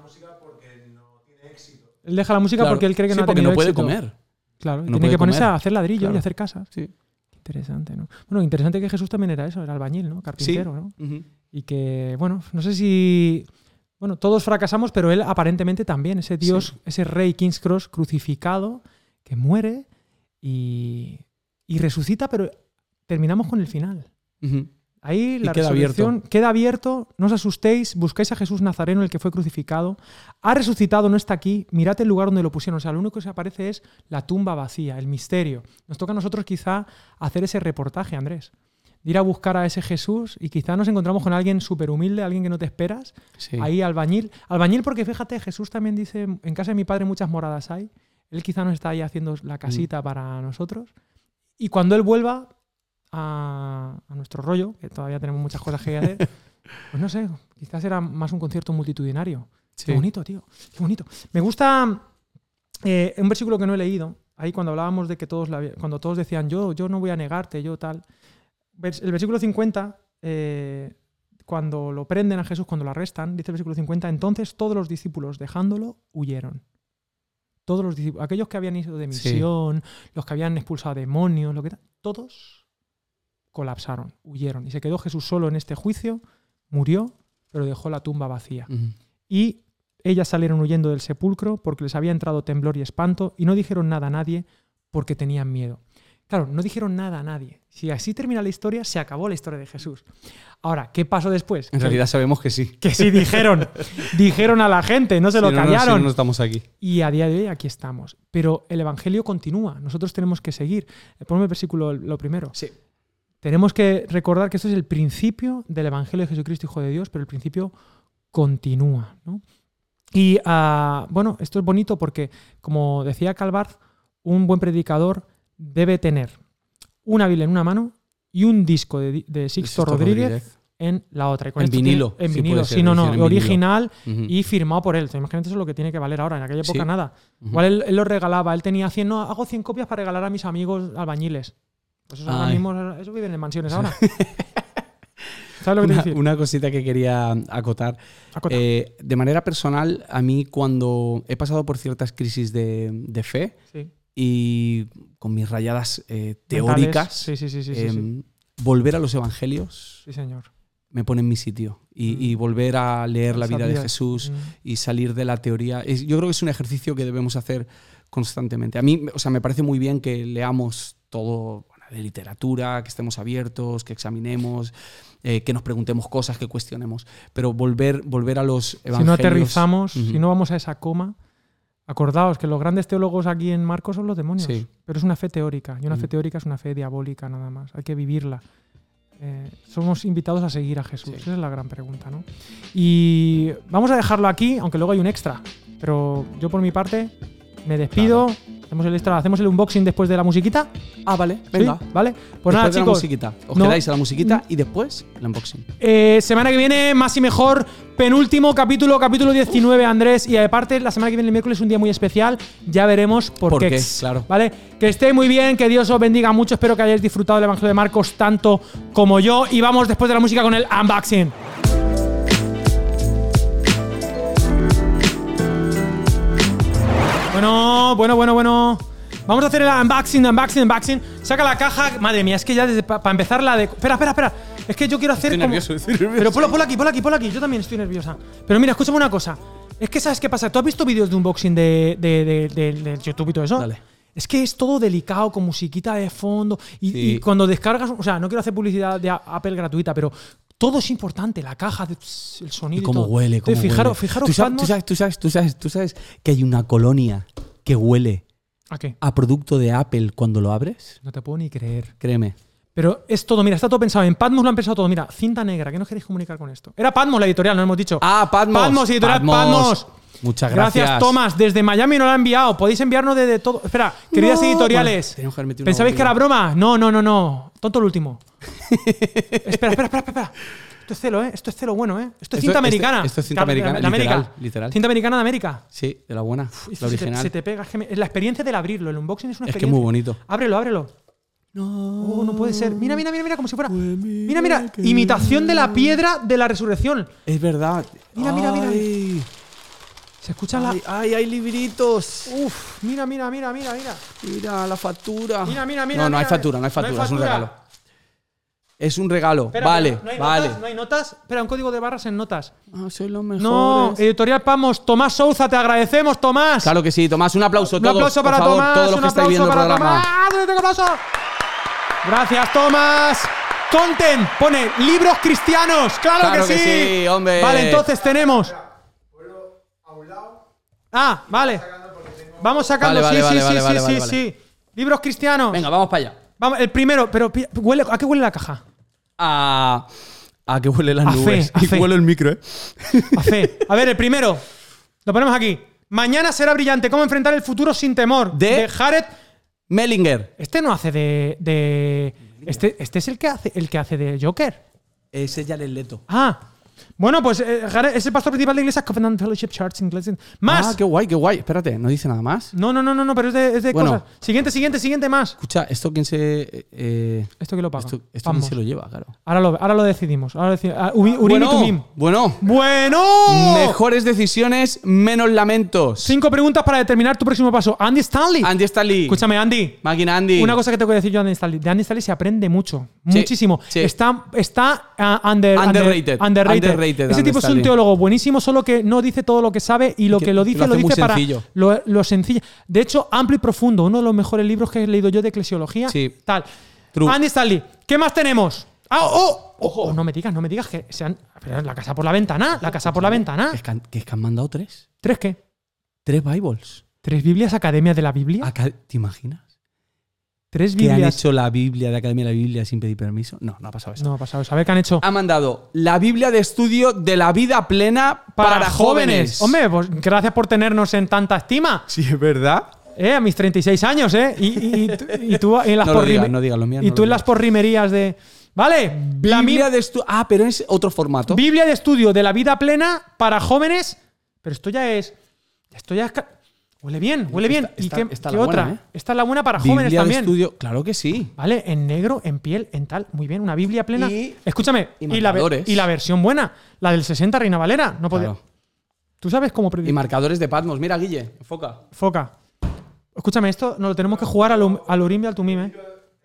Él deja la música Claro, porque él cree que sí, no ha porque tenido no puede éxito. comer. Claro, y No tiene puede que ponerse comer. a hacer ladrillos Claro. y hacer casas. Sí. Interesante, ¿no? Bueno, interesante que Jesús también era eso, era albañil, ¿no? Carpintero, ¿no? Ujú. Y que, bueno, no sé si... Bueno, todos fracasamos, pero él aparentemente también, ese Dios, Sí. ese rey King's Cross crucificado, que muere y, y resucita, pero terminamos con el final. Ujú. Ahí la queda resurrección abierto. queda abierto, no os asustéis, buscáis a Jesús Nazareno, el que fue crucificado, ha resucitado, no está aquí, mirad el lugar donde lo pusieron, o sea, lo único que se aparece es la tumba vacía, el misterio. Nos toca a nosotros quizá hacer ese reportaje, Andrés, de ir a buscar a ese Jesús y quizá nos encontramos con alguien súper humilde, alguien que no te esperas, Sí. ahí albañil. Albañil porque fíjate, Jesús también dice, en casa de mi padre muchas moradas hay, él quizá nos está ahí haciendo la casita para nosotros y cuando él vuelva a, a nuestro rollo, que todavía tenemos muchas cosas que hacer, pues no sé, quizás era más un concierto multitudinario. Sí. Qué bonito, tío, qué bonito. Me gusta eh, un versículo que no he leído, ahí cuando hablábamos de que todos, la- cuando todos decían yo, yo no voy a negarte, yo tal. Vers- El versículo cincuenta, eh, cuando lo prenden a Jesús, cuando lo arrestan, dice el versículo cincuenta, entonces todos los discípulos, dejándolo, huyeron. Todos los discípulos, aquellos que habían ido de Sí. misión, los que habían expulsado demonios, lo que tal, todos colapsaron, huyeron. Y se quedó Jesús solo en este juicio, murió, pero dejó la tumba vacía. Ujú. Y ellas salieron huyendo del sepulcro porque les había entrado temblor y espanto y no dijeron nada a nadie porque tenían miedo. Claro, no dijeron nada a nadie. Si así termina la historia, se acabó la historia de Jesús. Ahora, ¿qué pasó después? En realidad sabemos que sí. Que sí dijeron. Dijeron a la gente, no se lo Si no, no, callaron. si no, no estamos aquí. Y a día de hoy aquí estamos. Pero el Evangelio continúa. Nosotros tenemos que seguir. Ponme el versículo lo primero. Sí. Tenemos que recordar que esto es el principio del Evangelio de Jesucristo, Hijo de Dios, pero el principio continúa, ¿no? Y uh, bueno, esto es bonito porque, como decía Calvart, un buen predicador debe tener una Biblia en una mano y un disco de, de Sixto, Sixto Rodríguez, Rodríguez en la otra. Y con en vinilo. Tiene, en sí vinilo, ser, sí, no, no, en original vinilo. y firmado por él. Entonces, imagínate eso es lo que tiene que valer ahora. En aquella época sí. nada. Uh-huh. Igual él, él lo regalaba, él tenía cien, no, hago cien copias para regalar a mis amigos albañiles. Pues eso, ahora mismo, eso viven en mansiones ahora. ¿Sabes lo que una, te una cosita que quería acotar. Acota. Eh, de manera personal, a mí cuando he pasado por ciertas crisis de, de fe Sí. y con mis rayadas eh, teóricas, Sí, sí, sí, sí, sí, eh, sí. volver a los evangelios Sí, señor. me pone en mi sitio. Y, Mm. y volver a leer la Esa vida de vida. Jesús Mm. y salir de la teoría. Es, yo creo que es un ejercicio que debemos hacer constantemente. A mí, o sea, me parece muy bien que leamos todo bueno, de literatura, que estemos abiertos, que examinemos, eh, que nos preguntemos cosas, que cuestionemos. Pero volver, volver a los evangelios. Si no aterrizamos, Uh-huh. si no vamos a esa coma, acordaos que los grandes teólogos aquí en Marcos son los demonios. Sí. Pero es una fe teórica. Y una Uh-huh. fe teórica es una fe diabólica nada más. Hay que vivirla. Eh, somos invitados a seguir a Jesús. Sí. Esa es la gran pregunta, ¿no? Y vamos a dejarlo aquí, aunque luego hay un extra. Pero yo por mi parte me despido. Claro. Hacemos el extra, hacemos el unboxing después de la musiquita. Ah, vale, venga. ¿Sí? ¿Vale? Pues Después nada, de la chicos. musiquita. Os no- quedáis a la musiquita y después el unboxing. Eh, semana que viene, más y mejor, penúltimo capítulo, capítulo diecinueve, Andrés. Y aparte, la semana que viene, el miércoles, es un día muy especial. Ya veremos por, ¿Por qué. qué? Claro. ¿Vale? Que estéis muy bien, que Dios os bendiga mucho. Espero que hayáis disfrutado del Evangelio de Marcos tanto como yo. Y vamos después de la música con el unboxing. Bueno, bueno, bueno, bueno. Vamos a hacer el unboxing, unboxing, unboxing. Saca la caja. Madre mía, es que ya para pa empezar la de. Espera, espera, espera. Es que yo quiero hacer. Estoy como- nervioso, estoy nervioso. Pero ponlo, ponlo aquí, ponlo aquí, ponlo aquí. Yo también estoy nerviosa. Pero mira, escúchame una cosa. Es que ¿sabes qué pasa? ¿Tú has visto vídeos de unboxing de, de, de, de, de YouTube y todo eso? Dale. Es que es todo delicado, con musiquita de fondo. Y, Sí. y cuando descargas. O sea, no quiero hacer publicidad de Apple gratuita, pero. Todo es importante, la caja, el sonido Y cómo y todo. huele, cómo Entonces, fijaros, huele. fijaros, ¿Tú sabes, Patmos- tú, sabes, tú, sabes, tú, sabes, tú sabes que hay una colonia que huele ¿A qué? a producto de Apple cuando lo abres? No te puedo ni creer. Créeme. Pero es todo, mira, está todo pensado. En Patmos lo han pensado todo. Mira, cinta negra, ¿qué nos queréis comunicar con esto? Era Patmos la editorial, no hemos dicho. Ah, Patmos. Patmos, editorial Patmos. Patmos. Muchas gracias. Gracias, Tomás. Desde Miami nos lo ha enviado. Podéis enviarnos desde todo. Espera, queridas No, editoriales. bueno, teníamos que haber metido una ¿Pensabais que era bombilla. broma? No, no, no, no. Tonto el último. espera, espera, espera, espera. Esto es celo, ¿eh? Esto es celo bueno, ¿eh? Esto es Esto- cinta esto- americana. esto es cinta Claro, americana, de América. literal, literal. Cinta americana de América. Sí, de la buena, Esto la se te- original. Se te, pega. Es, que me- es la experiencia del abrirlo. El unboxing es una Es que experiencia. muy bonito. Ábrelo, ábrelo. No, Oh, no puede ser. Mira, mira, mira, mira, como si fuera. Pues Mira, mira. que- Imitación de la piedra de la resurrección. Es verdad. Mira, mira, mira. Ay, Se escucha la. ay, ay, hay libritos. Uf, mira, mira, mira, mira, mira. Mira la factura. Mira, mira, mira. No, no hay mira. factura, no hay factura, es un factura. regalo. Es un regalo. Espera, vale, pero no hay vale. Notas, no hay notas. Espera, un código de barras en notas. Ah, soy los mejores. No, editorial Pamos, Tomás Souza, te agradecemos, Tomás. Claro que sí, Tomás, un aplauso un todos, aplauso por para favor, Tomás, todos los un que estáis aplauso viendo el para programa. Tomás. ¡Ah, un aplauso! Gracias, Tomás. Content, pone libros cristianos. Claro, Claro que, que sí. sí, hombre. Vale, entonces tenemos. Ah, vale. Vamos sacando, Vale, sí, vale, sí, vale, sí, vale, sí, vale, sí, vale. sí. Libros cristianos. Venga, vamos para allá. Vamos, el primero, pero pi- huele, ¿a qué huele la caja? A, a que huele las A fe, nubes. a Y fe. huele el micro, ¿eh? A fe. A ver, el primero. Lo ponemos aquí. Mañana será brillante. ¿Cómo enfrentar el futuro sin temor? De- Jared. Mellinger. Este no hace de. de este, este es el que hace el que hace de Joker. Ese ya el Leto. Ah. Bueno, pues eh, Jared es el pastor principal de la iglesia Covenant Fellowship Church in Glasgow. Más. Ah, qué guay, qué guay. Espérate, no dice nada más. No, no, no, no, no, pero es de, es de Bueno. cosas. Siguiente, siguiente, siguiente más. Escucha, ¿esto quién se. eh, Esto que lo paga. esto esto quién Vamos. se lo lleva, claro? Ahora lo, ahora lo decidimos. Ahora lo deci- ah, Uri- Urim y Tumim. bueno. Bueno. Mejores decisiones, menos lamentos. Cinco preguntas para determinar tu próximo paso. Andy Stanley. Andy Stanley. Escúchame, Andy. Máquina Andy. Una cosa que tengo que decir yo de Andy Stanley. De Andy Stanley se aprende mucho. Sí, Muchísimo. sí. Está, está uh, under, Underrated. under- underrated. Underrated, Ese tipo es un Stanley. teólogo buenísimo, solo que no dice todo lo que sabe y lo Que que lo dice lo lo, hace muy dice para sencillo. lo, lo sencillo. De hecho, amplio y profundo. Uno de los mejores libros que he leído yo de eclesiología. Sí. Tal. True. Andy Stanley. ¿Qué más tenemos? ¡Ah, oh! Ojo. No me digas, no me digas que se han. La casa por la ventana. La casa por la ventana. Es que, han, que es que han mandado tres. ¿Tres qué? Tres Bibles. ¿Tres Biblias Academia de la Biblia? Acá- ¿Te imaginas? ¿Tres ¿Que han Biblias? hecho la Biblia de Academia de la Biblia sin pedir permiso? No, no ha pasado eso. No ha pasado. ¿Saber qué han hecho? Ha mandado la Biblia de estudio de la vida plena para, jóvenes. Hombre, pues gracias por tenernos en tanta estima. Sí, es verdad. Eh, a mis treinta y seis años, ¿eh? Y, y- y tú- y tú en las No lo porrime- digas, no digas, lo mío Y no tú lo en las digas. porrimerías de. Vale, la Biblia mi- de estudio. Ah, pero es otro formato. Biblia de estudio de la vida plena para jóvenes. Pero esto ya es. Esto ya es. ca- Huele bien, huele bien. Esta- ¿Y esta- qué, esta qué la otra? buena, ¿eh? Esta es la buena para Biblia jóvenes de también. estudio. Claro que sí. ¿Vale? En negro, en piel, en tal. Muy bien, una Biblia plena. Y- Escúchame, y y, la, ve- marcadores. y la versión buena, la del sesenta Reina Valera. No podía. Claro. ¿Tú sabes cómo Y predicir? marcadores de Patmos. Mira, Guille, enfoca. Foca. Escúchame, esto nos lo tenemos que jugar al, um- al Urim y al Tumim, ¿eh?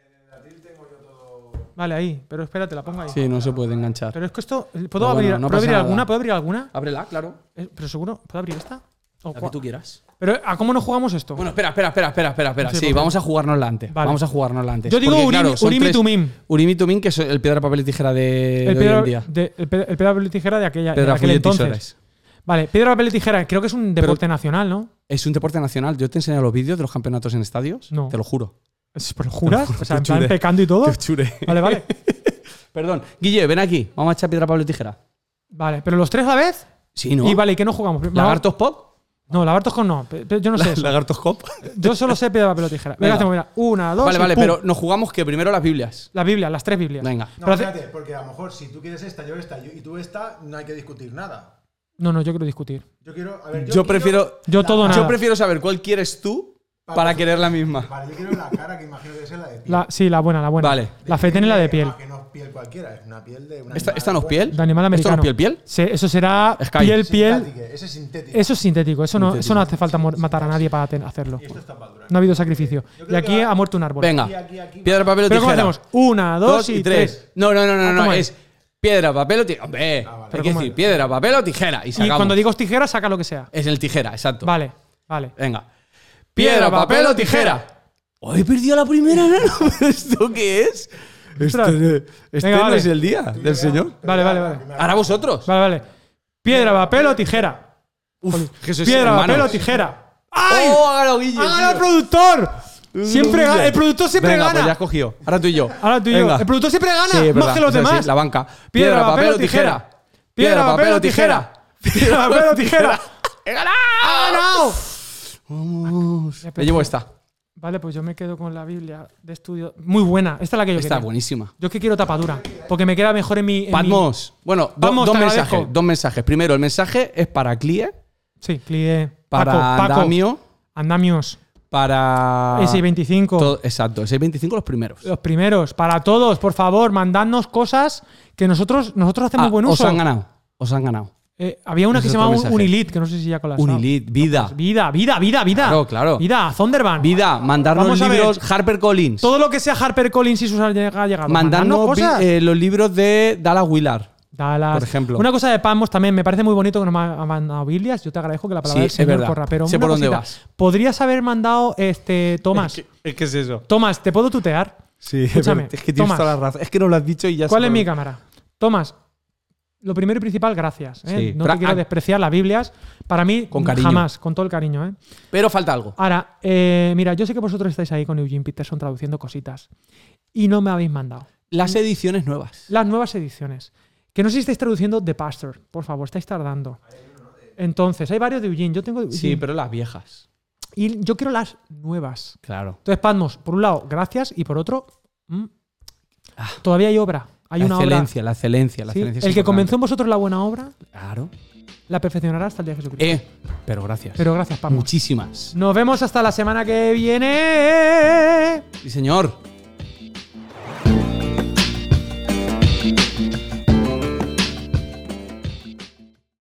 Vale, ahí. Pero espérate, la pongo ahí. Sí, no se puede enganchar. Pero es que esto. ¿Puedo No, abrir, bueno, no ¿puedo pasa abrir nada. alguna? ¿Puedo abrir alguna? Ábrela, claro. Eh, Pero seguro, ¿puedo abrir esta? ¿O La cua- que tú quieras. Pero ¿a cómo nos jugamos esto? Bueno, espera, espera, espera, espera, espera. espera. Sí, Sí, porque- vamos a jugárnosla antes. Vale. Vamos a jugárnosla antes. Yo digo Porque, Urim, claro, son Urim y tres- Tumim. Urim y Tumim, que es el piedra, papel y tijera de, El de hoy piedra, en día. de- el piedra, el piedra, papel y tijera de aquella de Piedra, aquel fuelle, entonces. tijeras. Vale, piedra, papel y tijera. Creo que es un deporte nacional, ¿no? Es un deporte nacional. Yo te enseñé los vídeos de los campeonatos en estadios. No. Te lo juro. Es- ¿Pero juras? O sea, en Te plan chure. pecando y todo. Te chure. Vale, vale. Perdón. Guille, ven aquí. Vamos a echar piedra, papel y tijera. Vale, pero los tres a la vez. Sí, ¿no? Y vale, ¿y qué no jugamos? ¿Lagartos pop? No, lagartos con no. Pe- pe- Yo no sé eso. ¿Lagartos cop? Yo solo sé piedra, papel o tijera. Venga, Venga. hacemos, mira. Una, dos Vale, y vale, ¡pum! pero nos jugamos que primero las Biblias. La Biblia, las tres Biblias. Venga. No, Pero hace- espérate, porque a lo mejor si tú quieres esta, yo esta, yo- y tú esta, no hay que discutir nada. No, no, yo quiero discutir. Yo quiero. A ver, Yo, yo, quiero- prefiero. Yo todo nada. Yo prefiero saber cuál quieres tú para querer la misma. Vale, yo quiero la cara que imagino que es la de piel. La, sí, la buena, la buena. Vale. La fetén y la de piel. Que no es piel cualquiera, es una piel de una. ¿Esta, animal esta no es bueno. piel? De animal ¿Esto americano. no es piel, piel? Se- eso será Sky. piel, piel. Sintético, ese es sintético. Eso es sintético. Eso no, Sintético. eso no hace falta mor- matar a nadie para ten- hacerlo. Y esto está para durar. No ha habido sacrificio. Yo Y creo aquí que va- ha muerto un árbol. Venga. Aquí, aquí, aquí. Piedra, papel o ¿Pero cómo tijera. hacemos? Una, dos, y tres. No, no, no, no, Ah, no. ¿cómo Es piedra, papel o tijera. Hombre, Ah, vale. hay ¿Pero que cómo decir es? piedra, papel o tijera. Y Y sacamos. cuando digo tijera, saca lo que sea. Es el tijera, exacto. Vale, vale. Venga. Piedra, papel o tijera. Hoy he perdido la primera, ¿no? ¿Esto qué es? Ostras. Este, este Venga, no vale. es el día del Señor. Vale, vale, vale. Ahora vosotros. Vale, vale. Piedra, papel o tijera. Uf, que sois Piedra, hermanos. papel o tijera. ¡Ay! ¡Oh, hágalo, Guille! ¡Ha ganado el tío! productor! Siempre gana. El productor siempre Venga, gana. pues ya has cogido. Ahora tú y yo. Ahora tú y yo. Venga. El productor siempre gana. Sí, es más verdad, que los es así, demás. la banca. Piedra, papel o tijera. Piedra, papel o tijera. Piedra, papel o tijera. ¡He ganado! ¡Ha ganado! Vamos. Me llevo esta. Vale, pues yo me quedo con la Biblia de estudio. Muy buena. Esta es la que yo Esta es quería. buenísima. Yo es que quiero tapadura. Porque me queda mejor en mi. en mi- Patmos. Bueno, do- Patmos, dos te mensajes. agradezco. Dos mensajes. Primero, el mensaje es para Clie, Sí, Clie. para Paco, Paco. Andamio, Andamios. para. S veinticinco. todo- exacto, el seiscientos veinticinco los primeros. Los primeros. Para todos, por favor, mandadnos cosas que nosotros, nosotros hacemos Ah, buen os uso. han ganado. Os han ganado. Eh, había una que Ese se es llamaba otro un- mensaje. Unilit, que no sé si ya con la Unilit, vida. Vida, vida, vida, vida. Claro, claro. Vida, Thunderbird. Vida, mandarnos Vamos a ver. libros HarperCollins. Todo lo que sea HarperCollins y sus ha llegado. Mandarnos cosas. vi- eh, los libros de Dallas Willard. Dallas. por ejemplo. Una cosa de Patmos también, me parece muy bonito que nos ha mandado Biblias. Yo te agradezco que la palabra Sí, del es Señor verdad. corra. Pero Sé una por dónde cosita. vas. Podrías haber mandado, este, Tomás. Es que es eso. Tomás, ¿te puedo tutear? Sí, Escúchame, es que tienes Tomás. toda la razón. Es que no lo has dicho y ya ¿Cuál sé es por mi dónde. cámara? Tomás, lo primero y principal, gracias. ¿eh? Sí, No pero- te quiero ah. despreciar las Biblias. Para mí, Con cariño. jamás, con todo el cariño. ¿eh? Pero falta algo. Ahora, eh, mira, yo sé que vosotros estáis ahí con Eugene Peterson traduciendo cositas y no me habéis mandado Las ediciones nuevas. las nuevas ediciones. Que no sé si estáis traduciendo The Pastor. Por favor, estáis tardando. Entonces, hay varios de Eugene. Yo tengo de Sí, Eugene. pero las viejas. Y yo quiero las nuevas. Claro. Entonces, Patmos, por un lado, gracias. Y por otro, mm, todavía hay obra. Hay la una excelencia, la excelencia, la obra. ¿sí? excelencia. es El que importante. comenzó en vosotros la buena obra, Claro. la perfeccionará hasta el día de Jesucristo. Eh, pero gracias. Pero gracias, Patmos. Muchísimas. Nos vemos hasta la semana que viene. Sí, señor.